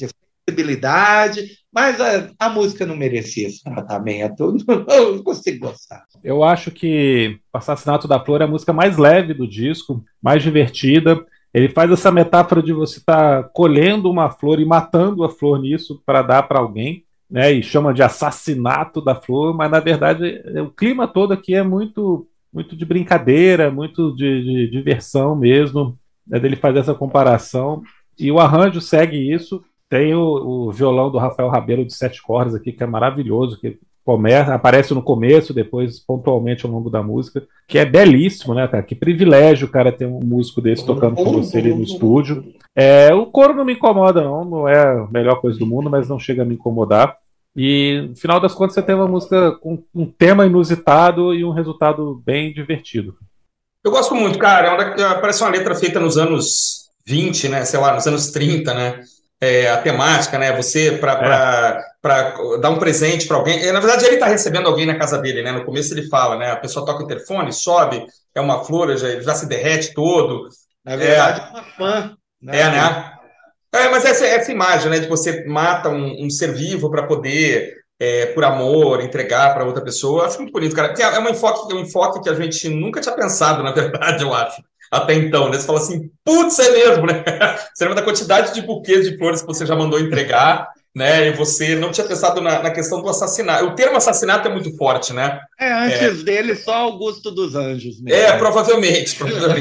possibilidade, mas a música não merecia esse tratamento. Não consigo gostar. Eu acho que o Assassinato da Flor é a música mais leve do disco, mais divertida. Ele faz essa metáfora de você estar colhendo uma flor e matando a flor nisso para dar para alguém, né? E chama de assassinato da flor, mas na verdade o clima todo aqui é muito, muito de brincadeira, muito de diversão mesmo, né? Ele faz essa comparação e o arranjo segue isso. Tem o violão do Rafael Rabelo de 7 cordas aqui, que é maravilhoso, que aparece no começo, depois pontualmente ao longo da música, que é belíssimo, né, cara? Que privilégio, cara, ter um músico desse tocando com você ali no estúdio. O coro não me incomoda, não é a melhor coisa do mundo, mas não chega a me incomodar. E, no final das contas, você tem uma música com um tema inusitado e um resultado bem divertido. Eu gosto muito, cara. Parece uma letra feita nos anos 20, né? Sei lá, nos anos 30, né? A temática, né? Você, para dar um presente para alguém. Na verdade, ele está recebendo alguém na casa dele, né? No começo ele fala, né? A pessoa toca o interfone, sobe, é uma flor, ele já se derrete todo. Na verdade, é uma fã. Né? Mas essa imagem, né? De você mata um ser vivo para poder, por amor, entregar para outra pessoa. Eu acho muito bonito, cara. É um enfoque que a gente nunca tinha pensado, na verdade, eu acho. Até então, né? Você fala assim, putz, é mesmo, né? Você lembra da quantidade de buquês de flores que você já mandou entregar, né? E você não tinha pensado na questão do assassinato. O termo assassinato é muito forte, né? Antes dele, só Augusto dos Anjos mesmo. Provavelmente.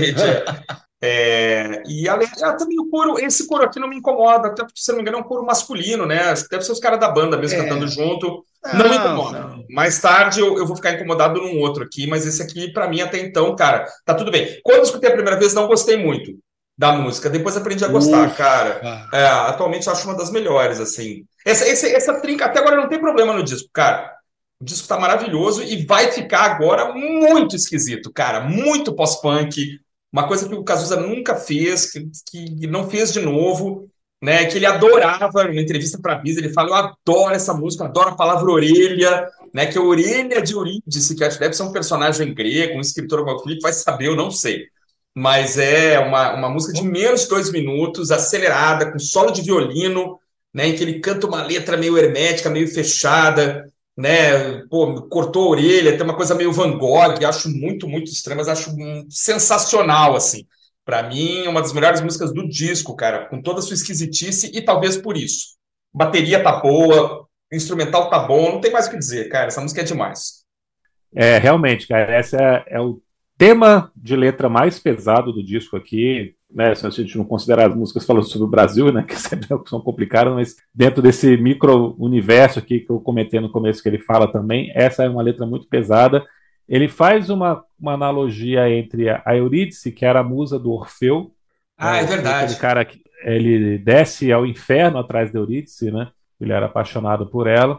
E também o coro, esse coro aqui não me incomoda, até porque, se não me engano, é um coro masculino, né? Acho que deve ser os caras da banda mesmo cantando junto. Não me incomoda. Não. Mais tarde eu vou ficar incomodado num outro aqui, mas esse aqui, pra mim, até então, cara, tá tudo bem. Quando eu escutei a primeira vez, não gostei muito da música. Depois aprendi a gostar, cara. Atualmente eu acho uma das melhores, assim. Essa trinca, até agora não tem problema no disco, cara. O disco tá maravilhoso e vai ficar agora muito esquisito, cara. Muito pós-punk. Uma coisa que o Cazuza nunca fez, que não fez de novo, né? Que ele adorava, numa entrevista para a Bisa, ele fala, eu adoro essa música, adoro a palavra orelha, né? Que é orelha de Eurídice, que acho que deve ser um personagem grego, um escritor, o Felipe vai saber, eu não sei. Mas é uma música de menos de 2 minutos, acelerada, com solo de violino, né? Em que ele canta uma letra meio hermética, meio fechada, né? Pô, cortou a orelha, tem uma coisa meio Van Gogh, acho muito, muito estranho, mas acho sensacional, assim. Pra mim, uma das melhores músicas do disco, cara, com toda a sua esquisitice e talvez por isso. Bateria tá boa, instrumental tá bom, não tem mais o que dizer, cara, essa música é demais. Realmente, cara, essa é o tema de letra mais pesado do disco aqui, né? Se a gente não considerar as músicas falando sobre o Brasil, né? Que são complicadas, mas dentro desse micro-universo aqui que eu comentei no começo que ele fala também, essa é uma letra muito pesada. Ele faz uma analogia entre a Eurídice, que era a musa do Orfeu. É verdade. Aquele cara que ele desce ao inferno atrás da Eurídice, né? Ele era apaixonado por ela.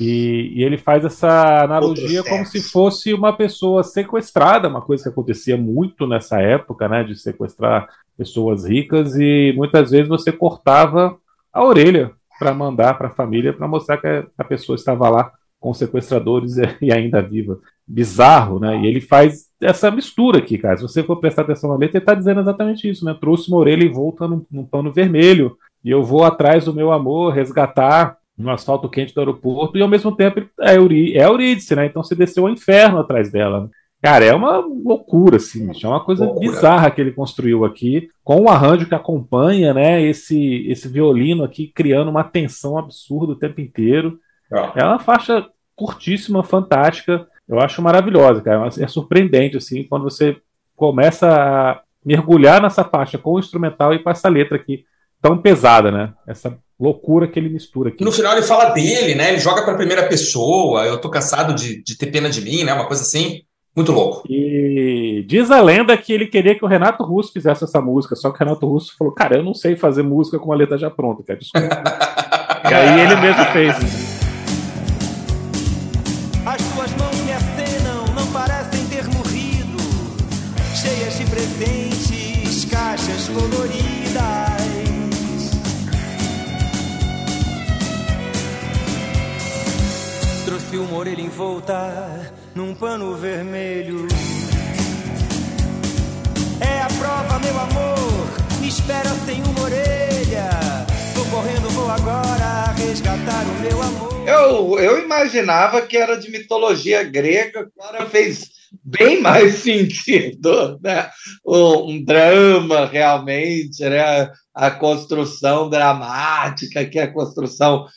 E ele faz essa analogia como se fosse uma pessoa sequestrada, uma coisa que acontecia muito nessa época, né, de sequestrar pessoas ricas, e muitas vezes você cortava a orelha para mandar para a família, para mostrar que a pessoa estava lá com sequestradores e ainda viva. Bizarro, né? E ele faz essa mistura aqui, cara. Se você for prestar atenção na letra, ele está dizendo exatamente isso, né? Trouxe uma orelha e volta num pano vermelho, e eu vou atrás do meu amor, resgatar no asfalto quente do aeroporto, e ao mesmo tempo é Eurídice, né? Então você desceu ao inferno atrás dela. Né? Cara, é uma loucura, assim, é uma coisa bizarra que ele construiu aqui, com um arranjo que acompanha, né? Esse violino aqui criando uma tensão absurda o tempo inteiro. É uma faixa curtíssima, fantástica, eu acho maravilhosa, cara. É surpreendente, assim, quando você começa a mergulhar nessa faixa com o instrumental e com essa letra aqui tão pesada, né? Essa loucura que ele mistura aqui. No final ele fala dele, né? Ele joga para a primeira pessoa, eu tô cansado de ter pena de mim, né? Uma coisa assim, muito louco. E diz a lenda que ele queria que o Renato Russo fizesse essa música, só que o Renato Russo falou, cara, eu não sei fazer música com a letra já pronta, cara, desculpa. E aí ele mesmo fez. As tuas mãos me acenam, não parecem ter morrido, cheias de presentes, caixas coloridas. Trouxe uma orelha envolta num pano vermelho. É a prova, meu amor, me espera sem uma orelha. Vou correndo, vou agora. matar o meu amor. Eu imaginava que era de mitologia grega, agora fez bem mais sentido, né? Um drama, realmente, né? A construção dramática, que é a construção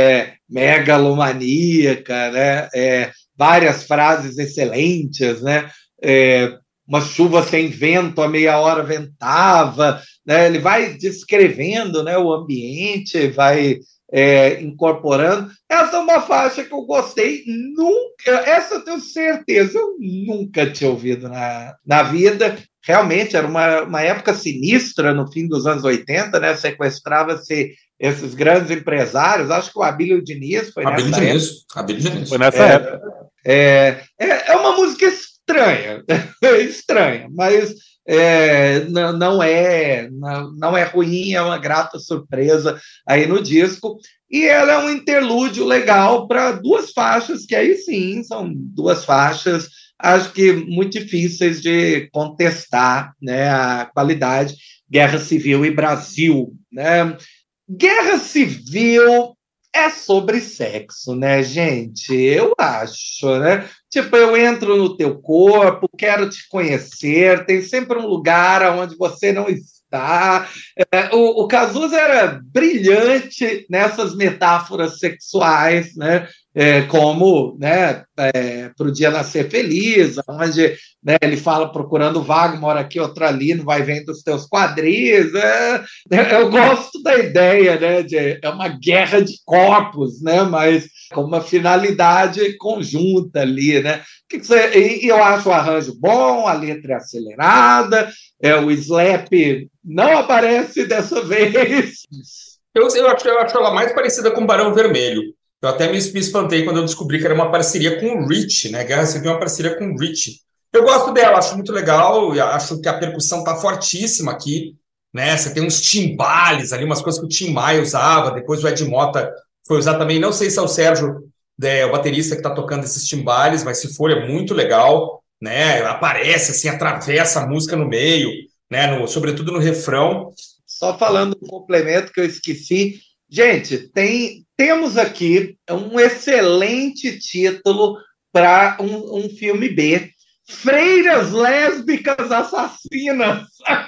megalomaníaca, né? Várias frases excelentes, né? Uma chuva sem vento, a meia hora ventava, né? Ele vai descrevendo, né, o ambiente, vai incorporando. Essa é uma faixa que eu gostei, nunca, essa eu tenho certeza, eu nunca tinha ouvido na vida. Realmente era uma época sinistra no fim dos anos 80, né? Sequestrava-se esses grandes empresários, acho que o Abílio Diniz foi nessa época. Abílio Diniz. Foi nessa época. É uma música estranha, estranha, mas não é ruim, é uma grata surpresa aí no disco. E ela é um interlúdio legal para duas faixas, que aí sim são duas faixas, acho que muito difíceis de contestar, né, a qualidade. Guerra Civil e Brasil, né? Guerra Civil é sobre sexo, né, gente? Eu acho, né? Tipo, eu entro no teu corpo, quero te conhecer, tem sempre um lugar onde você não está. O Cazuza era brilhante nessas metáforas sexuais, né? Como, né, Pro Dia Nascer Feliz, onde, né, ele fala procurando vaga, uma hora aqui, outra ali, não vai vendo os teus quadris. Eu gosto da ideia, né, é uma guerra de corpos, né, mas com uma finalidade conjunta ali, né? E eu acho o arranjo bom, a letra é acelerada, o slap não aparece dessa vez. Eu acho ela mais parecida com Barão Vermelho. Eu até me espantei quando eu descobri que era uma parceria com o Rich, né? Guerra Civil é uma parceria com o Rich. Eu gosto dela, acho muito legal, acho que a percussão tá fortíssima aqui, né? Você tem uns timbales ali, umas coisas que o Tim Maia usava, depois o Ed Mota foi usar também, não sei se é o Sérgio, o baterista que tá tocando esses timbales, mas se for é muito legal, né? Aparece, assim, atravessa a música no meio, né? Sobretudo no refrão. Só falando um complemento que eu esqueci, gente, temos aqui um excelente título para um filme B. Freiras Lésbicas Assassinas.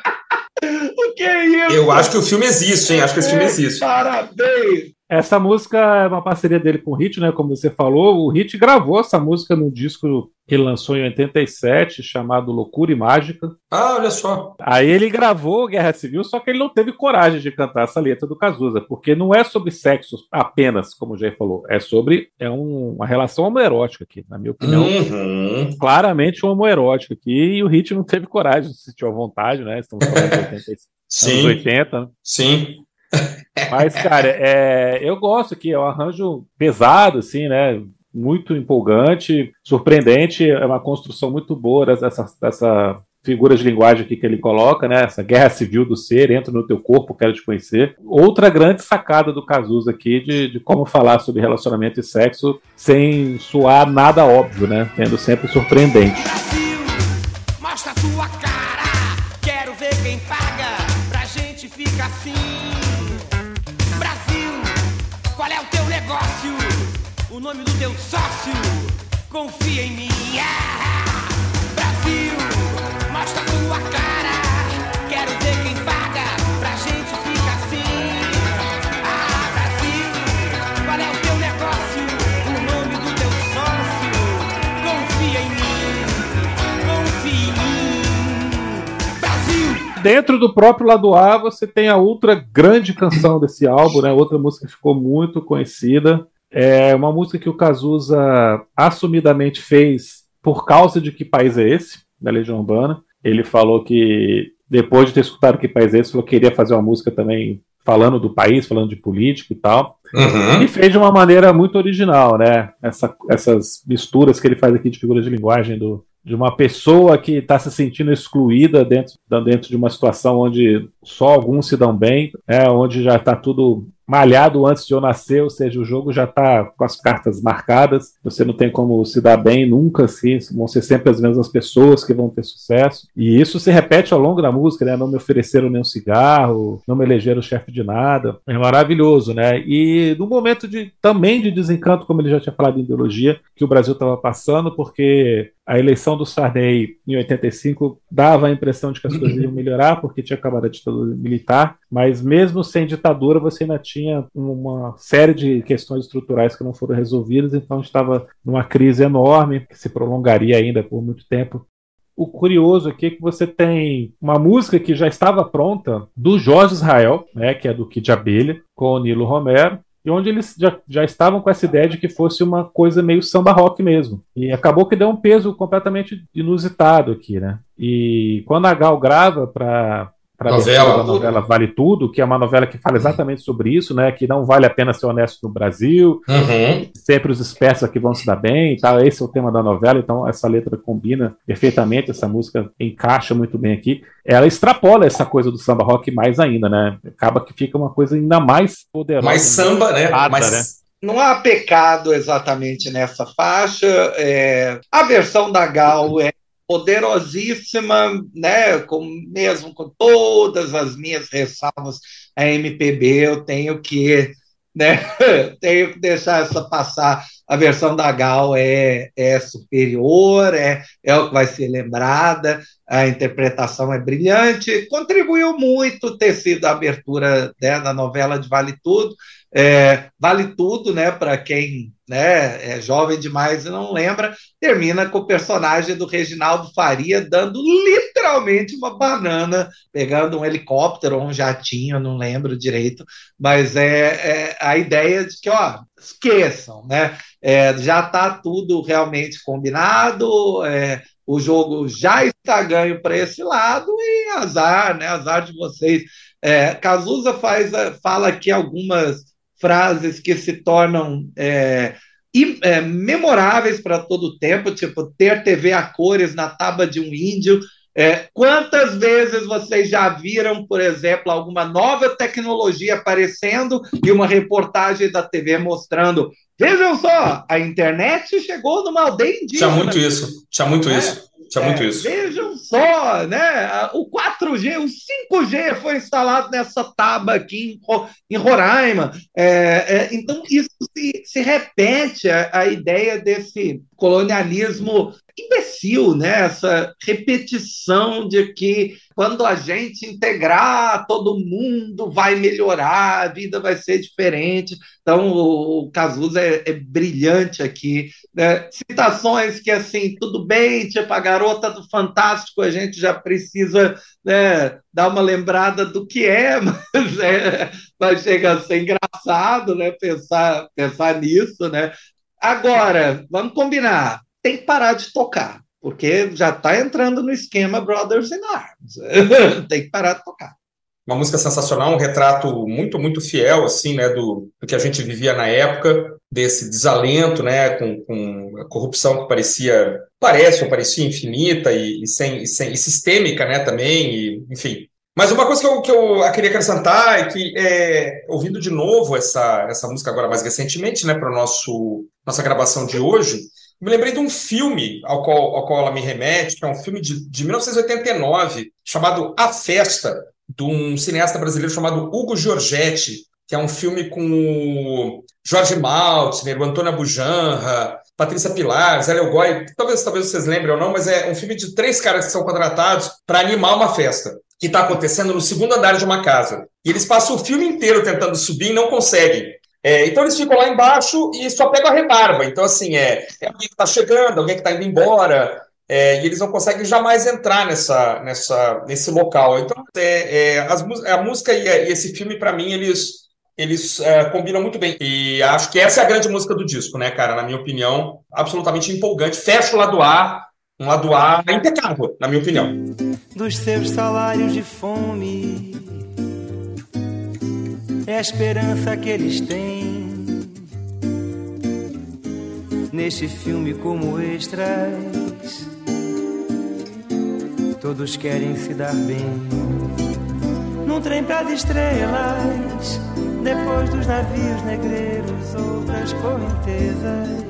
O que é isso? Eu acho que o filme existe, hein? Acho que esse filme existe. Parabéns! Essa música é uma parceria dele com o Hit, né? Como você falou, o Hit gravou essa música no disco que ele lançou em 87, chamado Loucura e Mágica. Ah, olha só. Aí ele gravou Guerra Civil, só que ele não teve coragem de cantar essa letra do Cazuza, porque não é sobre sexo apenas, como o Jair falou, é uma relação homoerótica aqui, na minha opinião. Uhum. Claramente um homoerótico aqui, e o Hit não teve coragem, se sentiu à vontade, né? Estamos falando de 86, anos 80, né? Sim. Mas, cara, eu gosto aqui, é um arranjo pesado, assim, né? Muito empolgante, surpreendente, é uma construção muito boa dessa figura de linguagem aqui que ele coloca, né? Essa guerra civil do ser, entra no teu corpo, quero te conhecer. Outra grande sacada do Cazuza aqui de como falar sobre relacionamento e sexo sem soar nada óbvio, né? Sendo sempre surpreendente. Brasil, mostra a tua cara, quero ver quem paga, pra gente ficar assim. Brasil, qual é o teu negócio? O nome do teu sócio, confia em mim. Brasil, mostra a tua cara, quero ver quem paga, pra gente ficar assim. Brasil, qual é o teu negócio? O nome do teu sócio, confia em mim. Brasil! Dentro do próprio lado A, você tem a outra grande canção desse álbum, né? Outra música que ficou muito conhecida. É uma música que o Cazuza assumidamente fez por causa de Que País é Esse? Da Legião Urbana. Ele falou que, depois de ter escutado Que País é Esse, falou que queria fazer uma música também falando do país, falando de política e tal. Uhum. E fez de uma maneira muito original, né? Essas misturas que ele faz aqui de figuras de linguagem de uma pessoa que está se sentindo excluída dentro de uma situação onde só alguns se dão bem, onde já está tudo malhado antes de eu nascer, ou seja, o jogo já está com as cartas marcadas, você não tem como se dar bem nunca, assim, vão ser sempre as mesmas pessoas que vão ter sucesso, e isso se repete ao longo da música, né? Não me ofereceram nem um cigarro, não me elegeram chefe de nada, é maravilhoso, né? E no momento também de desencanto, como ele já tinha falado em ideologia, que o Brasil estava passando, porque a eleição do Sarney em 85 dava a impressão de que as coisas iam melhorar, porque tinha acabado a ditadura militar, mas mesmo sem ditadura você ainda tinha uma série de questões estruturais que não foram resolvidas, então a gente estava numa crise enorme, que se prolongaria ainda por muito tempo. O curioso aqui é que você tem uma música que já estava pronta do Jorge Israel, né, que é do Kid Abelha, com o Nilo Romero, e onde eles já estavam com essa ideia de que fosse uma coisa meio samba rock mesmo. E acabou que deu um peso completamente inusitado aqui, né? E quando a Gal grava para a novela Vale Tudo, que é uma novela que fala exatamente sobre isso, né? Que não vale a pena ser honesto no Brasil, sempre os espertos aqui vão se dar bem e tal. Esse é o tema da novela, então essa letra combina perfeitamente, essa música encaixa muito bem aqui. Ela extrapola essa coisa do samba rock mais ainda, né? Acaba que fica uma coisa ainda mais poderosa. Mais samba, né? Né? Não há pecado exatamente nessa faixa. A versão da Gal é poderosíssima, né? Mesmo com todas as minhas ressalvas à MPB, eu tenho que, né? Tenho que deixar essa passar. A versão da Gal é superior, é o que vai ser lembrada, a interpretação é brilhante, contribuiu muito ter sido a abertura, né, da novela de Vale Tudo. Vale Tudo, né, para quem, né, é jovem demais e não lembra, termina com o personagem do Reginaldo Faria dando literalmente uma banana, pegando um helicóptero ou um jatinho, não lembro direito, mas a ideia de que, ó, esqueçam, né, já está tudo realmente combinado, o jogo já está ganho para esse lado e azar, né, azar de vocês. Cazuza fala aqui algumas frases que se tornam memoráveis para todo o tempo, tipo ter TV a cores na taba de um índio. Quantas vezes vocês já viram, por exemplo, alguma nova tecnologia aparecendo e uma reportagem da TV mostrando, vejam só, a internet chegou numa aldeia indígena. Tinha muito isso. Vejam só, né? O 4G, o 5G foi instalado nessa taba aqui em Roraima. Então, isso se repete, a ideia desse colonialismo imbecil, né? Essa repetição de que quando a gente integrar, todo mundo vai melhorar, a vida vai ser diferente. Então, o Cazuza é brilhante aqui, né? Citações que, assim, tudo bem, tipo, a garota do Fantástico, a gente já precisa, né, dar uma lembrada do que mas chega a ser engraçado, né, pensar nisso, né? Agora, vamos combinar, tem que parar de tocar, porque já está entrando no esquema Brothers in Arms. Tem que parar de tocar. Uma música sensacional, um retrato muito, muito fiel, assim, né, do que a gente vivia na época, desse desalento, né, com a corrupção que parecia infinita e sistêmica, né, também, enfim. Mas uma coisa que eu queria acrescentar é que, ouvindo de novo essa música agora mais recentemente, né, para nossa gravação de hoje, me lembrei de um filme ao qual ela me remete, que é um filme de 1989, chamado A Festa, de um cineasta brasileiro chamado Hugo Giorgetti, que é um filme com o Jorge Maltner, o Antônio Abujanra, Patrícia Pilar, Zé Leogói, talvez vocês lembrem ou não, mas é um filme de 3 caras que são contratados para animar uma festa que está acontecendo no 2º andar de uma casa. E eles passam o filme inteiro tentando subir e não conseguem. Então eles ficam lá embaixo e só pegam a rebarba. Então, assim, é alguém que está chegando, alguém que está indo embora, e eles não conseguem jamais entrar nesse local. Então, a música e esse filme, para mim, eles combinam muito bem. E acho que essa é a grande música do disco, né, cara? Na minha opinião, absolutamente empolgante. Fecha o lado A, um lado A impecável, na minha opinião. Dos seus salários de fome, é a esperança que eles têm. Neste filme como extras, todos querem se dar bem. Num trem pras estrelas, Depois dos navios negreiros, outras correntezas.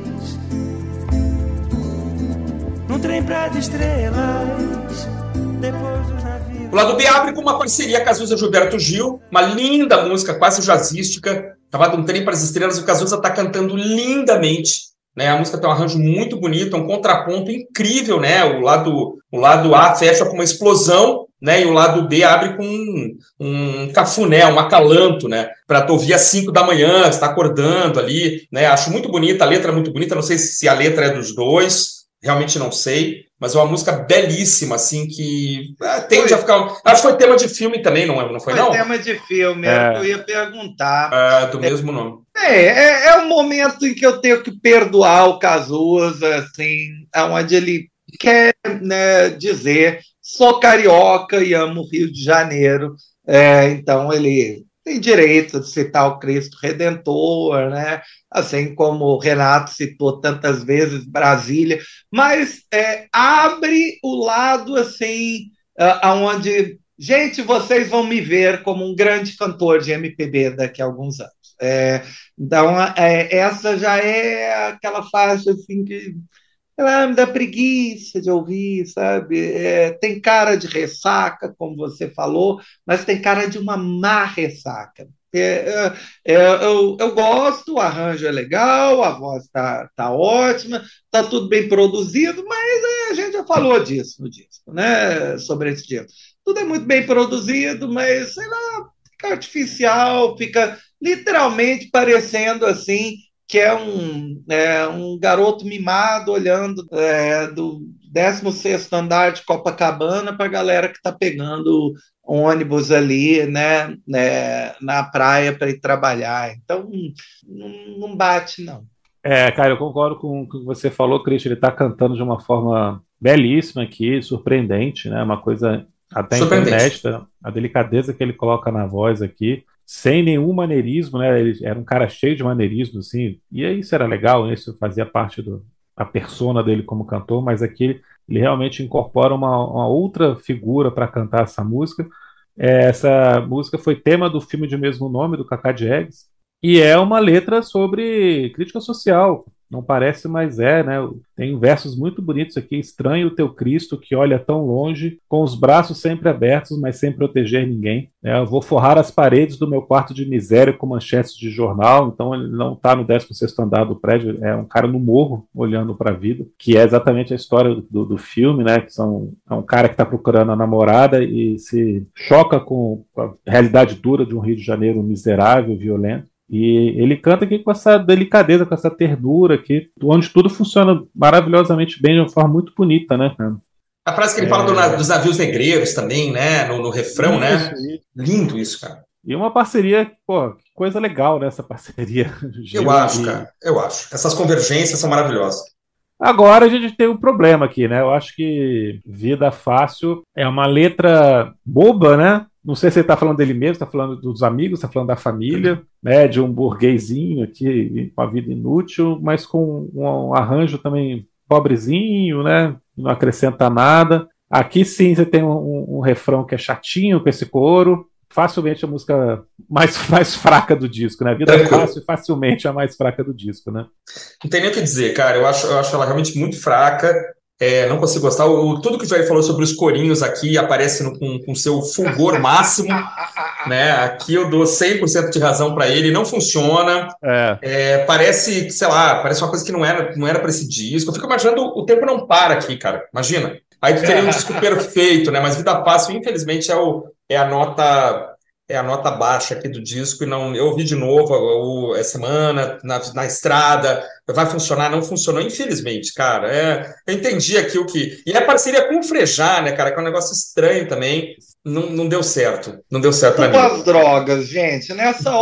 Num trem pra de estrelas. Depois dos navios. O lado B abre com uma parceria Cazuza Gilberto Gil, uma linda música, quase jazzística, chamada Um Trem para as Estrelas. O Cazuza está cantando lindamente, né? A música tem um arranjo muito bonito, um contraponto incrível, né? O lado A fecha com uma explosão, né? E o lado B abre com um cafuné, um acalanto, né? Para tu ouvir às 5 da manhã, está acordando ali, né? Acho muito bonita, a letra é muito bonita, não sei se a letra é dos dois, realmente não sei, mas é uma música belíssima, assim, que tende a ficar... Acho que foi tema de filme também, não foi não? Foi tema de filme, eu ia perguntar. Do mesmo nome. É um momento em que eu tenho que perdoar o Cazuza, assim, onde ele quer, né, dizer sou carioca e amo o Rio de Janeiro, então ele tem direito de citar o Cristo Redentor, né? Assim como o Renato citou tantas vezes Brasília, mas abre o lado assim, onde, gente, vocês vão me ver como um grande cantor de MPB daqui a alguns anos. Então, essa já é aquela faixa assim que ela me dá preguiça de ouvir, sabe? Tem cara de ressaca, como você falou, mas tem cara de uma má ressaca. Eu gosto, o arranjo é legal, a voz tá ótima, tá tudo bem produzido, mas a gente já falou disso no disco, né? Sobre esse disco. Tudo é muito bem produzido, mas sei lá, fica artificial, fica literalmente parecendo assim que é um garoto mimado olhando do 16º andar de Copacabana para a galera que está pegando ônibus ali, né, na praia para ir trabalhar. Então, não bate, não. Cara, eu concordo com o que você falou, Cristian. Ele está cantando de uma forma belíssima aqui, surpreendente, né? Uma coisa até inédita, a delicadeza que ele coloca na voz aqui, sem nenhum maneirismo, né? Ele era um cara cheio de maneirismo, assim, e isso era legal, né? Isso fazia parte da persona dele como cantor, mas aqui ele realmente incorpora uma outra figura para cantar essa música. Essa música foi tema do filme de mesmo nome, do Cacá Diegues, e é uma letra sobre crítica social. Não parece, mas né? Tem versos muito bonitos aqui. Estranho o teu Cristo que olha tão longe, com os braços sempre abertos, mas sem proteger ninguém. Eu vou forrar as paredes do meu quarto de miséria com manchetes de jornal. Então ele não está no 16º andar do prédio, é um cara no morro olhando para a vida, que é exatamente a história do filme, né? Que é um cara que está procurando a namorada e se choca com a realidade dura de um Rio de Janeiro miserável, violento. E ele canta aqui com essa delicadeza, com essa ternura aqui, onde tudo funciona maravilhosamente bem, de uma forma muito bonita, né? A frase que ele fala dos navios negreiros também, né? No refrão, né? Lindo isso, cara. E uma parceria, pô, que coisa legal, né? Essa parceria. Eu acho, cara. Eu acho. Essas convergências são maravilhosas. Agora a gente tem um problema aqui, né? Eu acho que Vida Fácil é uma letra boba, né? Não sei se ele está falando dele mesmo, está falando dos amigos, está falando da família, né? De um burguesinho aqui, com a vida inútil, mas com um arranjo também pobrezinho, né? Não acrescenta nada. Aqui sim você tem um refrão que é chatinho com esse coro. Facilmente a música mais fraca do disco, né? Vida Fácil facilmente a mais fraca do disco, né? Não tem nem o que dizer, cara. Eu acho ela realmente muito fraca. Não consigo gostar. Tudo que o Jair falou sobre os corinhos aqui aparece com seu fulgor máximo, né? Aqui eu dou 100% de razão para ele. Não funciona. Parece, sei lá, parece uma coisa que não era para esse disco. Eu fico imaginando, o tempo não para aqui, cara. Imagina. Aí tu teria um disco perfeito, né? Mas Vida Fácil, infelizmente, é a nota baixa aqui do disco. E não, eu ouvi de novo essa semana, na estrada. Vai funcionar? Não funcionou, infelizmente, cara. Eu entendi aqui o que... E a parceria com o Frejá, né, cara? Que é um negócio estranho também. Não deu certo. Não deu certo pra mim. As drogas, gente. Nessa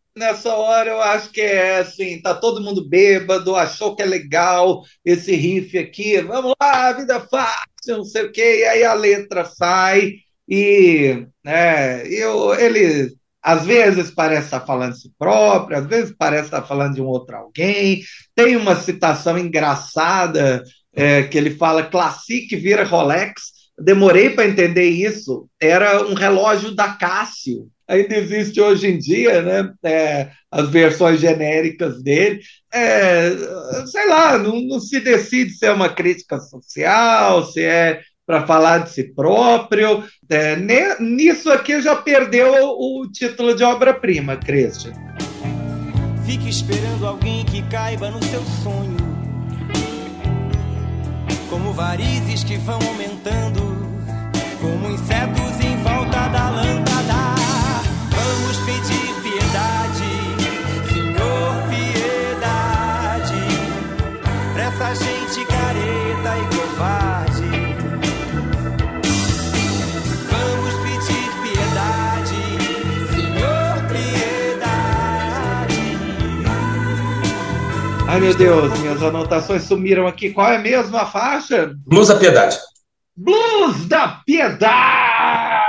hora eu acho que assim, tá todo mundo bêbado, achou que é legal esse riff aqui, vamos lá, vida fácil, não sei o quê, e aí a letra sai e ele às vezes parece estar falando de si próprio, às vezes parece estar falando de um outro alguém. Tem uma citação engraçada que ele fala, Classic vira Rolex. Demorei para entender isso, era um relógio da Cássio. ainda existe hoje em dia, né? As versões genéricas dele. Sei lá, não se decide se é uma crítica social, se é para falar de si próprio. Nisso aqui já perdeu o título de obra-prima, Christian. Fique esperando alguém que caiba no seu sonho, como varizes que vão aumentando, como insetos em volta da lâmpada. Vamos pedir piedade, Senhor, piedade, pra essa gente careta e covarde. Vamos pedir piedade, Senhor, piedade. Ai, meu Deus, minhas anotações sumiram aqui. Qual é mesmo a faixa? Blues da Piedade. Blues da Piedade!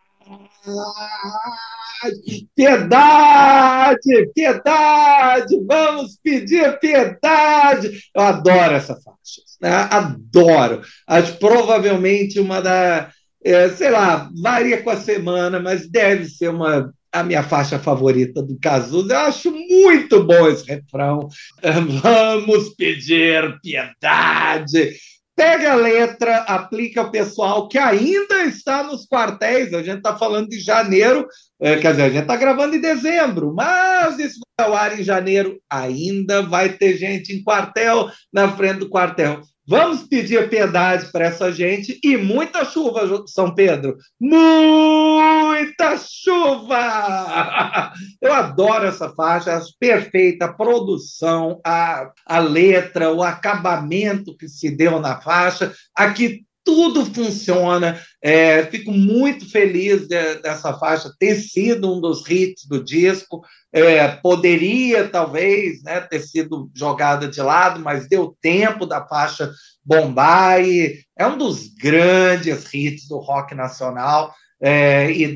Piedade! Piedade! Vamos pedir piedade! Eu adoro essa faixa, né? Adoro. Acho provavelmente uma da... sei lá, varia com a semana, mas deve ser a minha faixa favorita do Cazuza. Eu acho muito bom esse refrão. Vamos pedir piedade. Pega a letra, aplica ao pessoal que ainda está nos quartéis. A gente está falando de janeiro, quer dizer, a gente está gravando em dezembro, mas isso vai ao ar em janeiro. Ainda vai ter gente em quartel, na frente do quartel. Vamos pedir piedade para essa gente e muita chuva, São Pedro. Muita chuva! Eu adoro essa faixa, acho perfeita a produção, a letra, o acabamento que se deu na faixa. Aqui tudo funciona. Fico muito feliz dessa faixa ter sido um dos hits do disco. Poderia, talvez, né, ter sido jogada de lado, mas deu tempo da faixa bombar e é um dos grandes hits do rock nacional. E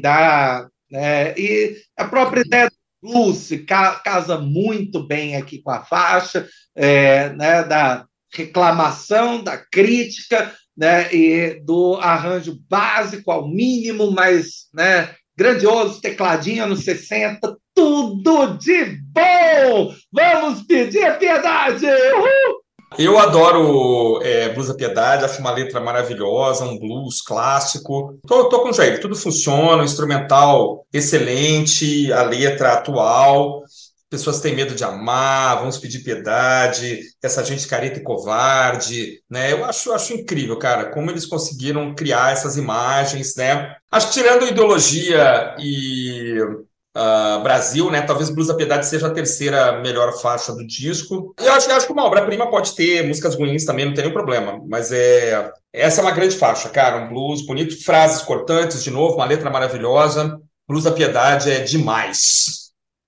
a própria ideia do blues casa muito bem aqui com a faixa, né, da reclamação, da crítica, né, e do arranjo básico ao mínimo, mas, né, grandioso, tecladinho anos 60, tudo de bom! Vamos pedir piedade! Uhul! Eu adoro Blues da Piedade, acho uma letra maravilhosa, um blues clássico. Tô com o Jair, tudo funciona, o instrumental excelente, a letra atual. Pessoas têm medo de amar, vamos pedir piedade, essa gente careta e covarde, né? Eu acho incrível, cara, como eles conseguiram criar essas imagens, né? Acho que tirando ideologia e Brasil, né? Talvez Blues da Piedade seja a terceira melhor faixa do disco. Eu acho que uma obra-prima pode ter músicas ruins também, não tem nenhum problema, mas essa é uma grande faixa, cara, um blues bonito, frases cortantes, de novo, uma letra maravilhosa. Blues da Piedade é demais.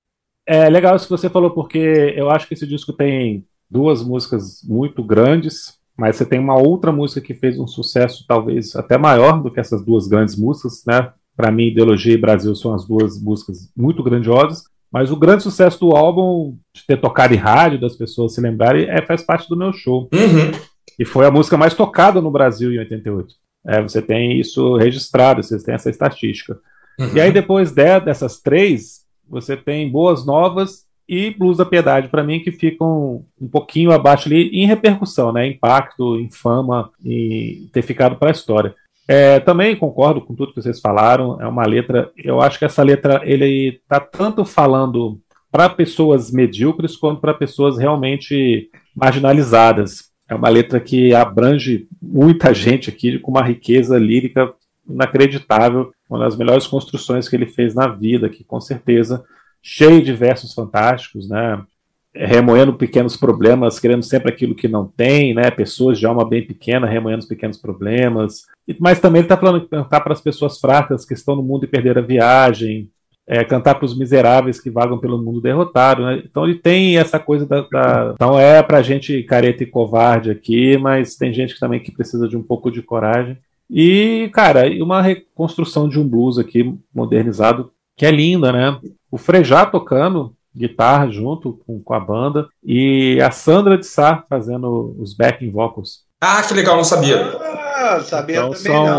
É legal isso que você falou, porque eu acho que esse disco tem duas músicas muito grandes, mas você tem uma outra música que fez um sucesso talvez até maior do que essas duas grandes músicas, né? Para mim, Ideologia e Brasil são as duas músicas muito grandiosas, mas o grande sucesso do álbum, de ter tocado em rádio, das pessoas se lembrarem, faz parte do Meu Show. Uhum. E foi a música mais tocada no Brasil em 88. Você tem isso registrado, você tem essa estatística. Uhum. E aí, depois dessas três, você tem Boas Novas e Blues da Piedade, para mim, que ficam um pouquinho abaixo ali em repercussão, né? Impacto, em fama, em ter ficado para a história. Também concordo com tudo que vocês falaram, é uma letra, eu acho que essa letra, ele está tanto falando para pessoas medíocres quanto para pessoas realmente marginalizadas. É uma letra que abrange muita gente aqui, com uma riqueza lírica inacreditável, uma das melhores construções que ele fez na vida, que com certeza, cheio de versos fantásticos, né? Remoendo pequenos problemas, querendo sempre aquilo que não tem, né? Pessoas de alma bem pequena, remoendo os pequenos problemas. Mas também ele está falando de cantar para as pessoas fracas que estão no mundo e perderam a viagem, cantar para os miseráveis que vagam pelo mundo derrotado, né? Então ele tem essa coisa Então para a gente careta e covarde aqui, mas tem gente que também que precisa de um pouco de coragem. E, cara, uma reconstrução de um blues aqui, modernizado, que é linda, né? O Frejá tocando guitarra junto com a banda e a Sandra de Sá fazendo os backing vocals. Ah, que legal, não sabia. Sabia então, também não.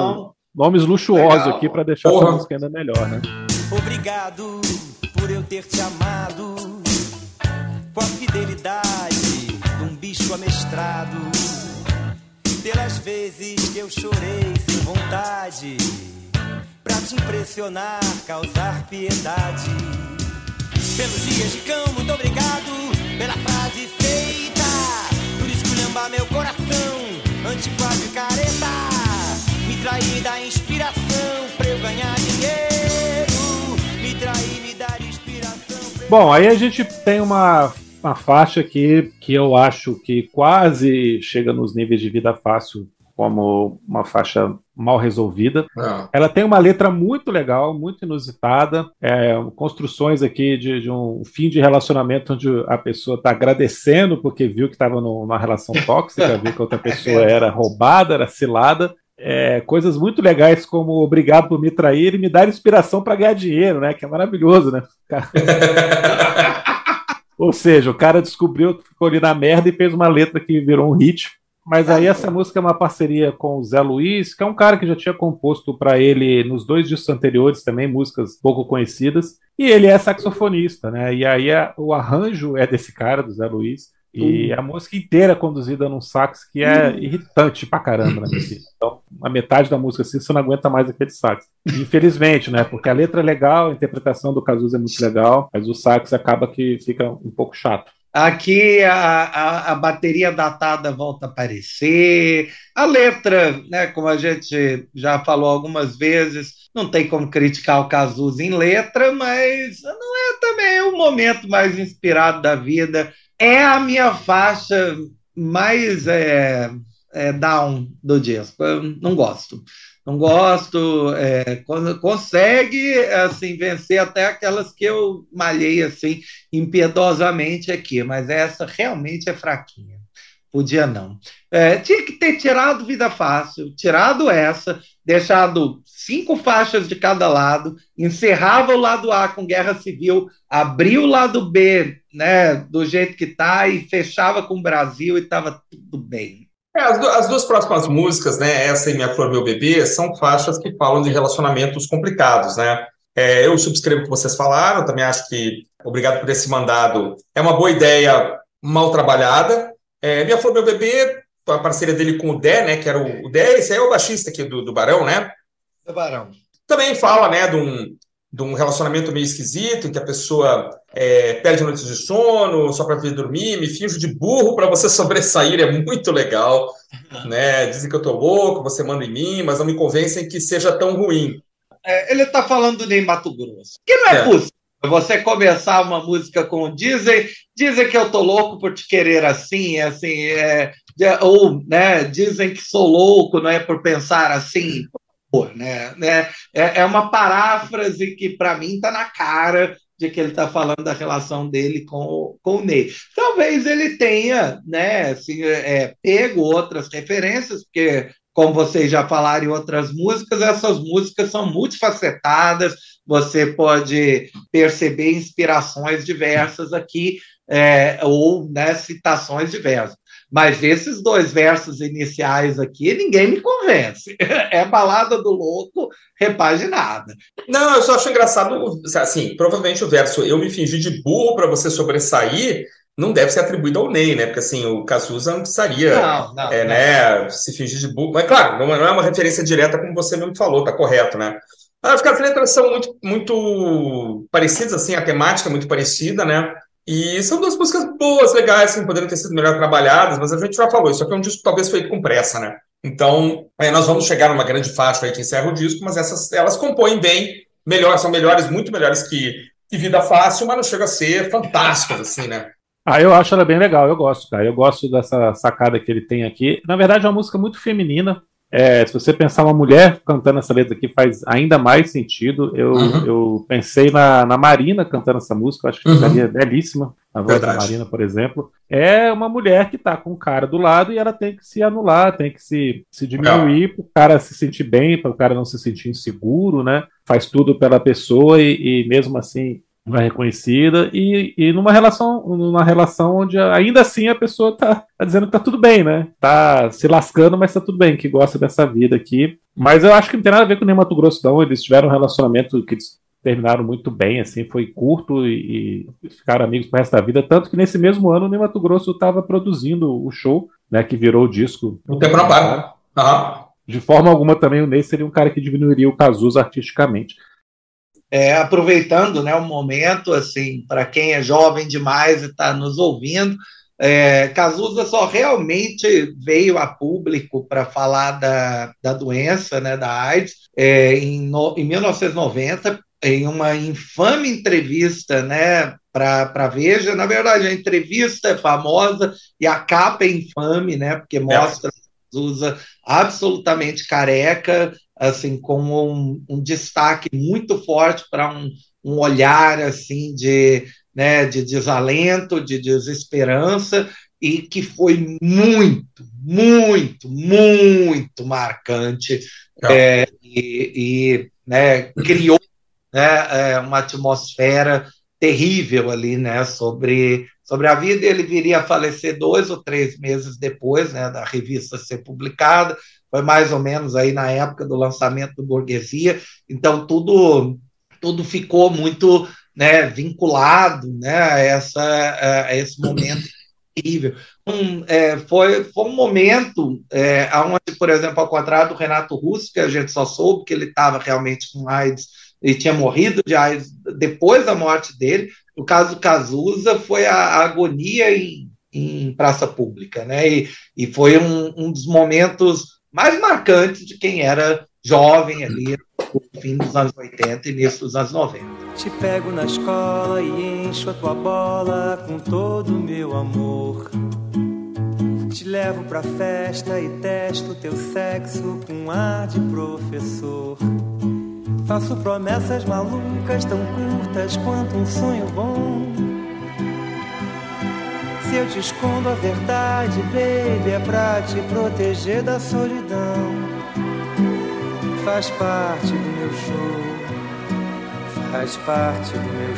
Nomes luxuosos Legal. aqui para deixar essa música ainda melhor, né? Obrigado por eu ter te amado com a fidelidade de um bicho amestrado, pelas vezes que eu chorei sem vontade, pra te impressionar, causar piedade, pelos dias de cão, muito obrigado pela frase feita, por esculhambar meu coração, antiquado e careta, me trair da inspiração pra eu ganhar dinheiro, me trair, me dar inspiração pra eu... Bom, aí a gente tem uma faixa aqui que eu acho que quase chega nos níveis de Vida Fácil como uma faixa mal resolvida. Ela tem uma letra muito legal, muito inusitada, construções aqui de um fim de relacionamento onde a pessoa está agradecendo porque viu que estava numa relação tóxica, viu que a outra pessoa era roubada, era cilada. Coisas muito legais como obrigado por me trair e me dar inspiração para ganhar dinheiro, né? Que é maravilhoso, né? Ou seja, o cara descobriu que ficou ali na merda e fez uma letra que virou um hit. Mas aí essa música é uma parceria com o Zé Luiz, que é um cara que já tinha composto para ele nos 2 discos anteriores também, músicas pouco conhecidas. E ele é saxofonista, né? E aí o arranjo é desse cara, do Zé Luiz. E a música inteira é conduzida num sax que é irritante pra caramba, né? Então, a metade da música assim, você não aguenta mais aquele sax. Infelizmente, né? Porque a letra é legal, a interpretação do Cazuza é muito legal, mas o sax acaba que fica um pouco chato. Aqui a bateria datada volta a aparecer, a letra, né, como a gente já falou algumas vezes, não tem como criticar o Cazuza em letra, mas não é também o momento mais inspirado da vida. É a minha faixa mais down do disco. Eu não gosto. Não gosto. Quando consegue assim, vencer até aquelas que eu malhei assim, impiedosamente aqui, mas essa realmente é fraquinha. Podia não. Tinha que ter tirado Vida Fácil, tirado essa, deixado 5 faixas de cada lado, encerrava o lado A com Guerra Civil, abria o lado B, né, do jeito que tá, e fechava com o Brasil e estava tudo bem. As 2 próximas músicas, né, essa e Minha Flor, Meu Bebê, são faixas que falam de relacionamentos complicados, né? Eu subscrevo o que vocês falaram, também acho que Obrigado por esse mandado é uma boa ideia mal trabalhada. Minha Flor, Meu Bebê, a parceria dele com o Dé, né, que era o Dé, esse aí é o baixista aqui do Barão, né? Do Barão. Também fala, né, de um relacionamento meio esquisito, em que a pessoa perde noites de sono só para vir dormir, me finjo de burro para você sobressair, é muito legal, né? Dizem que eu tô louco, você manda em mim, mas não me convencem que seja tão ruim. Ele está falando do Ney Matogrosso, que não é possível você começar uma música com dizem que eu tô louco por te querer assim, ou, né, dizem que sou louco, não é por pensar assim. É uma paráfrase que, para mim, está na cara de que ele está falando da relação dele com o Ney. Talvez ele tenha, né, assim, pego outras referências, porque, como vocês já falaram em outras músicas, essas músicas são multifacetadas, você pode perceber inspirações diversas aqui, ou, né, citações diversas. Mas esses 2 versos iniciais aqui, ninguém me convence. É balada do louco repaginada. Não, eu só acho engraçado, assim, provavelmente o verso eu me fingi de burro para você sobressair não deve ser atribuído ao Ney, né? Porque, assim, o Cazuza não precisaria né, se fingir de burro. Mas, claro, não é uma referência direta como você mesmo falou, tá correto, né? Acho que as letras são muito, muito parecidas, assim, a temática é muito parecida, né? E são 2 músicas boas, legais, assim, poderiam ter sido melhor trabalhadas, mas a gente já falou, isso aqui é um disco talvez feito com pressa, né? Então, nós vamos chegar numa grande faixa aí que encerra o disco, mas elas compõem bem, são melhores, muito melhores que Vida Fácil, mas não chega a ser fantásticas, assim, né? Eu acho ela bem legal, eu gosto, cara. Eu gosto dessa sacada que ele tem aqui. Na verdade, é uma música muito feminina. Se você pensar uma mulher cantando essa letra aqui, faz ainda mais sentido. Eu pensei na Marina cantando essa música, eu acho que ficaria belíssima. A voz da Marina, por exemplo. É uma mulher que tá com o cara do lado e ela tem que se anular, tem que se diminuir para o cara se sentir bem, para o cara não se sentir inseguro, né? Faz tudo pela pessoa e mesmo assim Não é reconhecida, e numa relação onde ainda assim a pessoa tá dizendo que tá tudo bem, né? Tá se lascando, mas tá tudo bem, que gosta dessa vida aqui. Mas eu acho que não tem nada a ver com o Ney Matogrosso, não. Eles tiveram um relacionamento que eles terminaram muito bem, assim, foi curto e ficaram amigos pro resto da vida. Tanto que nesse mesmo ano o Ney Matogrosso estava produzindo o show, né? Que virou o disco. Um tempo não para. Aham. De forma alguma também o Ney seria um cara que diminuiria o Cazuza artisticamente. Aproveitando, né, o momento, assim, para quem é jovem demais e está nos ouvindo, Cazuza só realmente veio a público para falar da doença, né, da AIDS, em 1990, em uma infame entrevista, né, para Veja. Na verdade, a entrevista é famosa e a capa é infame, né, porque mostra Cazuza absolutamente careca, assim, com um destaque muito forte para um olhar assim né, de desalento, de desesperança, e que foi muito, muito, muito marcante, né, criou, né, uma atmosfera terrível ali, né, sobre a vida. Ele viria a falecer 2 ou 3 meses depois, né, da revista ser publicada. Foi mais ou menos aí na época do lançamento do Burguesia. Então tudo ficou muito, né, vinculado, né, a esse momento terrível. Foi um momento onde, por exemplo, ao contrário do Renato Russo, que a gente só soube que ele estava realmente com AIDS e tinha morrido de AIDS depois da morte dele. No caso do Cazuza, foi a agonia em praça pública, né? E foi um dos momentos mais marcantes de quem era jovem ali no fim dos anos 80 e início dos anos 90. Te pego na escola e encho a tua bola com todo o meu amor. Te levo pra festa e testo teu sexo com ar de professor. Faço promessas malucas tão curtas quanto um sonho bom. Se eu te escondo a verdade, baby, é pra te proteger da solidão. Faz parte do meu show, faz parte do meu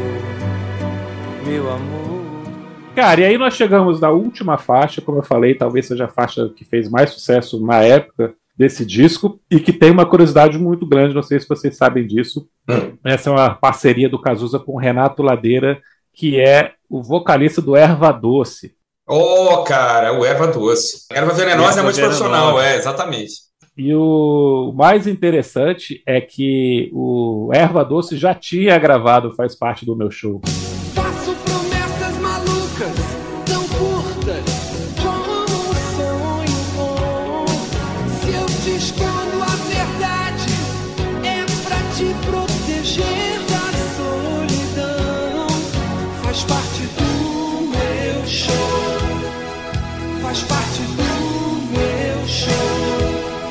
show, meu amor. Cara, e aí nós chegamos na última faixa, como eu falei, talvez seja a faixa que fez mais sucesso na época desse disco, e que tem uma curiosidade muito grande, não sei se vocês sabem disso. Essa é uma parceria do Cazuza com o Renato Ladeira, que é o vocalista do Erva Doce. Cara, o Erva Doce. Erva Venenosa é muito profissional, exatamente. E o mais interessante é que o Erva Doce já tinha gravado Faz Parte do Meu Show. Faço promessas malucas, tão curtas como um sonho bom. Se eu te escondo a verdade, é pra te proteger da solidão. Faz parte do meu show, faz parte do meu show,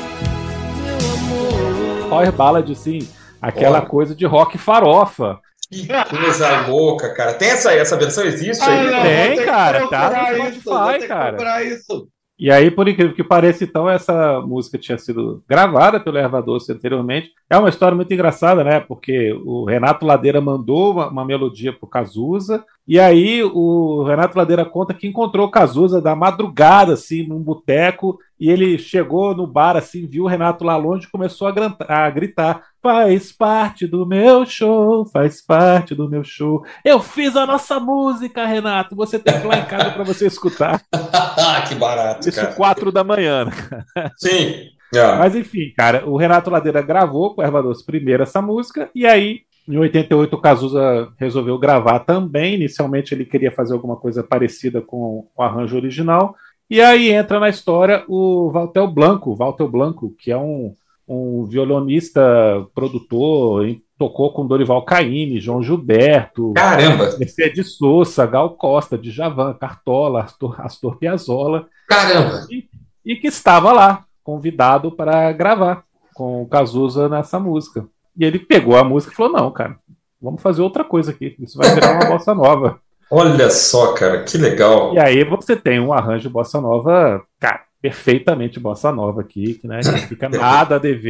meu amor. Power Ballad, sim, aquela coisa de rock farofa. Que coisa louca, cara. Tem essa versão, existe aí? Tem, cara, tá no Spotify, cara. Isso. E aí, por incrível que pareça, então, essa música tinha sido gravada pelo Erva Doce anteriormente. É uma história muito engraçada, né? Porque o Renato Ladeira mandou uma melodia pro Cazuza, e aí o Renato Ladeira conta que encontrou o Cazuza da madrugada, assim, num boteco, e ele chegou no bar, assim, viu o Renato lá longe e começou a gritar: faz parte do meu show, faz parte do meu show. Eu fiz a nossa música, Renato, você tem que ir lá em casa pra você escutar. Que barato, Isso cara. 4 da manhã, né? Sim. Mas enfim, cara, o Renato Ladeira gravou com o Erva Doce primeiro essa música, e aí, em 88, o Cazuza resolveu gravar também. Inicialmente ele queria fazer alguma coisa parecida com o arranjo original, e aí entra na história o Walter Blanco, que é um violonista, produtor, tocou com Dorival Caymmi, João Gilberto, Caramba! Mercedes Sosa, Gal Costa, Djavan, Cartola, Astor Piazzolla. Caramba! E que estava lá, convidado para gravar com o Cazuza nessa música. E ele pegou a música e falou: não, cara, vamos fazer outra coisa aqui, isso vai virar uma bossa nova. Olha só, cara, que legal. E aí você tem um arranjo bossa nova, cara, perfeitamente bossa nova aqui, né? Que fica nada a dever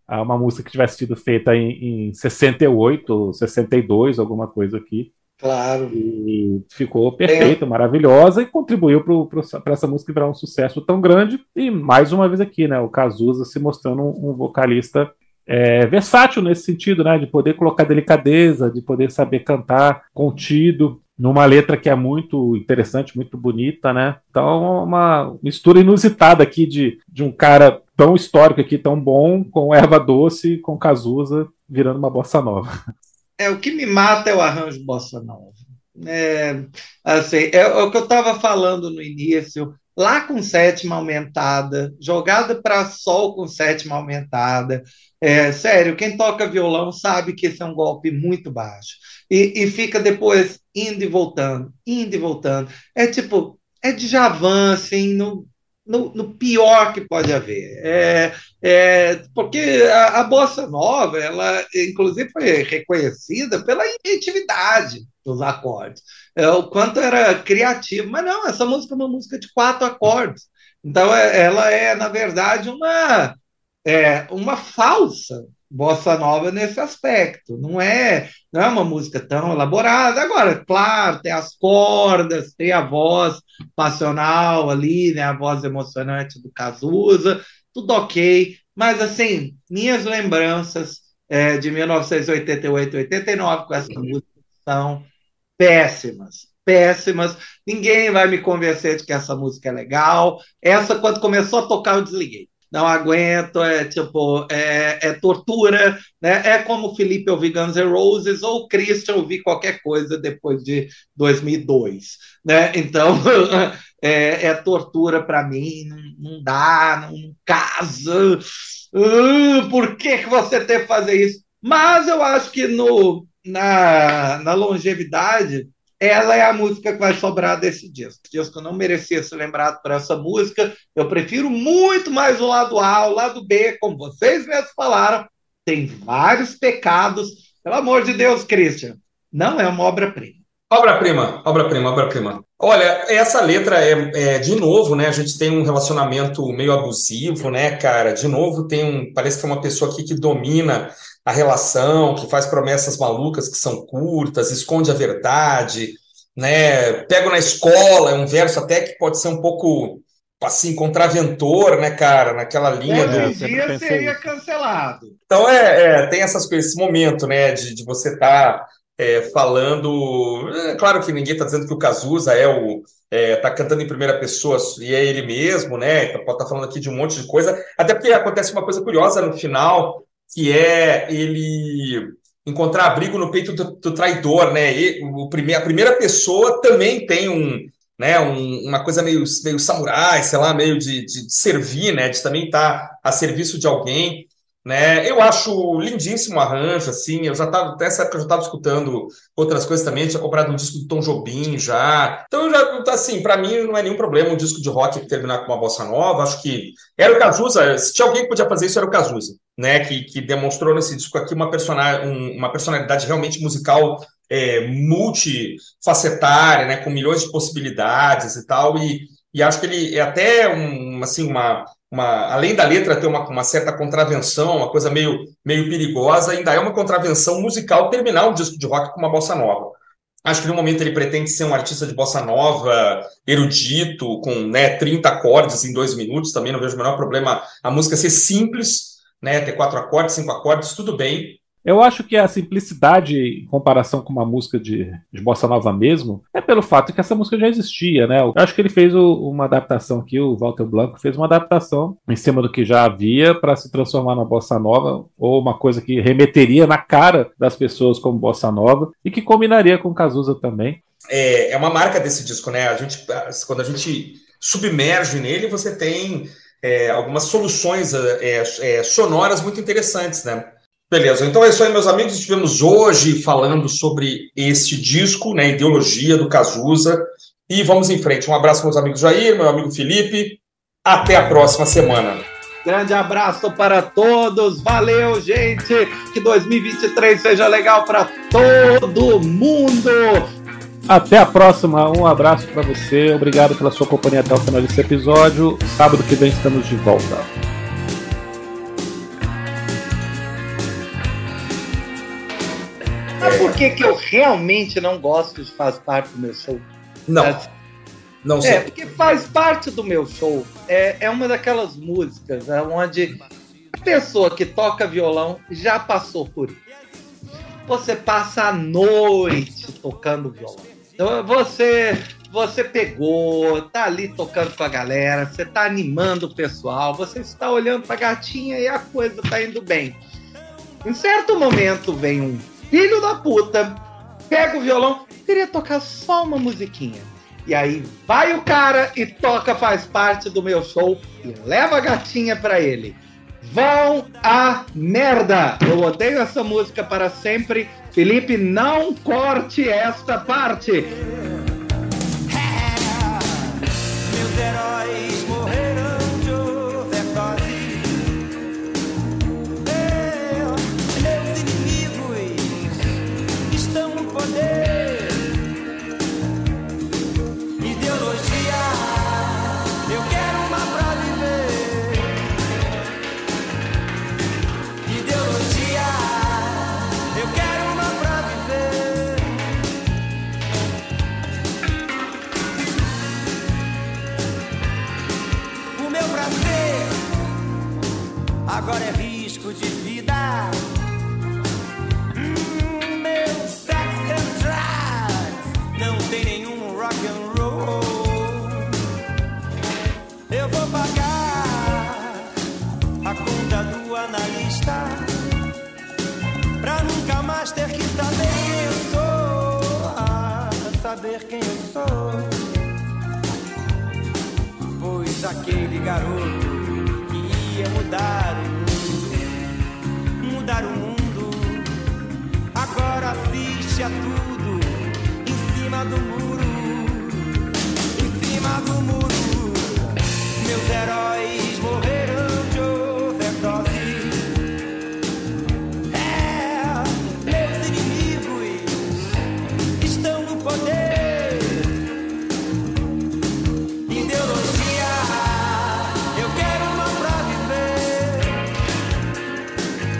uma música que tivesse sido feita em 68, 62, alguma coisa aqui. Claro. E ficou perfeita, maravilhosa, e contribuiu para essa música virar um sucesso tão grande. E mais uma vez aqui, né, o Cazuza se mostrando um vocalista versátil nesse sentido, né, de poder colocar delicadeza, de poder saber cantar contido, numa letra que é muito interessante, muito bonita, né? Então, uma mistura inusitada aqui de um cara tão histórico aqui, tão bom, com erva doce, com Cazuza, virando uma bossa nova. O que me mata é o arranjo bossa nova. Assim, o que eu estava falando no início, lá com sétima aumentada, jogada para sol com sétima aumentada. Sério, quem toca violão sabe que esse é um golpe muito baixo. E fica depois indo e voltando, indo e voltando. É Djavan, assim, no pior que pode haver. Porque a bossa nova, ela inclusive foi reconhecida pela inventividade dos acordes, o quanto era criativo. Mas não, essa música é uma música de 4 acordes. Então, ela é, na verdade, uma falsa bossa nova nesse aspecto. Não é uma música tão elaborada. Agora, claro, tem as cordas, tem a voz passional ali, né, a voz emocionante do Cazuza, tudo ok. Mas, assim, minhas lembranças de 1988 e 89 com essa música são péssimas. Péssimas. Ninguém vai me convencer de que essa música é legal. Essa, quando começou a tocar, eu desliguei. Não aguento, é tortura, né? É como o Felipe ouvir Guns N' Roses ou o Christian ouvir qualquer coisa depois de 2002, né? Então, é tortura para mim, não dá, não casa. Por que você tem que fazer isso? Mas eu acho que na longevidade, ela é a música que vai sobrar desse disco. O disco não merecia ser lembrado por essa música. Eu prefiro muito mais o lado A, o lado B, como vocês mesmos falaram. Tem vários pecados. Pelo amor de Deus, Christian, não é uma obra-prima. Obra-prima. Olha, essa letra de novo, né? A gente tem um relacionamento meio abusivo, né, cara? De novo, parece que é uma pessoa aqui que domina a relação, que faz promessas malucas que são curtas, esconde a verdade, né? Pego na escola, é um verso até que pode ser um pouco, assim, contraventor, né, cara? Naquela linha Hoje em dia seria cancelado. Então, tem essas coisas, esse momento, né, de você estar falando... claro que ninguém está dizendo que o Cazuza tá cantando em primeira pessoa e é ele mesmo, né? Pode estar falando aqui de um monte de coisa, até porque acontece uma coisa curiosa no final, que é ele encontrar abrigo no peito do traidor, né? A primeira pessoa também tem uma coisa meio samurai, sei lá, meio de servir, né? De também estar a serviço de alguém, né? Eu acho lindíssimo o arranjo, assim. Nessa época eu já estava escutando outras coisas também. Eu tinha comprado um disco do Tom Jobim já. Então, assim, para mim não é nenhum problema um disco de rock terminar com uma bossa nova. Acho que era o Cazuza. Se tinha alguém que podia fazer isso, era o Cazuza, né? Que demonstrou nesse disco aqui uma personalidade realmente musical multifacetária, né? Com milhões de possibilidades e tal. E acho que ele é até além da letra ter uma certa contravenção, uma coisa meio perigosa, ainda é uma contravenção musical terminar um disco de rock com uma bossa nova. Acho que no momento ele pretende ser um artista de bossa nova, erudito, com 30 acordes em 2 minutos, também não vejo o menor problema a música ser simples, né, ter 4 acordes, 5 acordes, tudo bem. Eu acho que a simplicidade em comparação com uma música de bossa nova mesmo é pelo fato que essa música já existia, né? Eu acho que ele fez uma adaptação aqui, o Walter Blanco fez uma adaptação em cima do que já havia para se transformar na bossa nova, ou uma coisa que remeteria na cara das pessoas como bossa nova e que combinaria com Cazuza também. É uma marca desse disco, né? Quando a gente submerge nele, você tem algumas soluções sonoras muito interessantes, né? Beleza, então é isso aí, meus amigos. Estivemos hoje falando sobre este disco, né, Ideologia, do Cazuza. E vamos em frente. Um abraço, meus amigos Jair, meu amigo Felipe. Até a próxima semana. Grande abraço para todos. Valeu, gente. Que 2023 seja legal para todo mundo. Até a próxima. Um abraço para você. Obrigado pela sua companhia até o final desse episódio. Sábado que vem estamos de volta. por que eu realmente não gosto de Faz Parte do Meu Show? Não. Não sei. Porque faz parte do meu show. É uma daquelas músicas onde a pessoa que toca violão já passou por isso. Você passa a noite tocando violão. Então você pegou, tá ali tocando com a galera, você tá animando o pessoal, você está olhando pra gatinha e a coisa tá indo bem. Em certo momento vem um filho da puta, pega o violão, queria tocar só uma musiquinha. E aí vai o cara e toca Faz Parte do Meu Show e leva a gatinha pra ele. Vão a merda! Eu odeio essa música para sempre. Felipe, não corte esta parte. Meus heróis morreram de overdose. Meus inimigos estão no poder. Ideologia, eu quero uma pra viver. Ideologia, eu quero uma pra viver. O meu prazer agora é risco de vida. Meu sex and drugs não tem nenhum rock and roll. Eu vou pagar a conta do analista pra nunca mais ter que saber quem eu sou. Saber quem eu sou. Pois aquele garoto que ia mudar o mundo, agora assiste a tudo em cima do muro. Em cima do muro. Meus heróis morreram de overdose. Meus inimigos estão no poder. Ideologia, eu quero uma pra viver.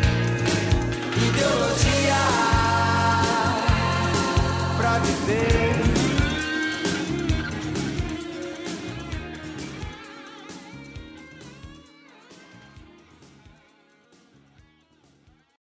Ideologia pra viver.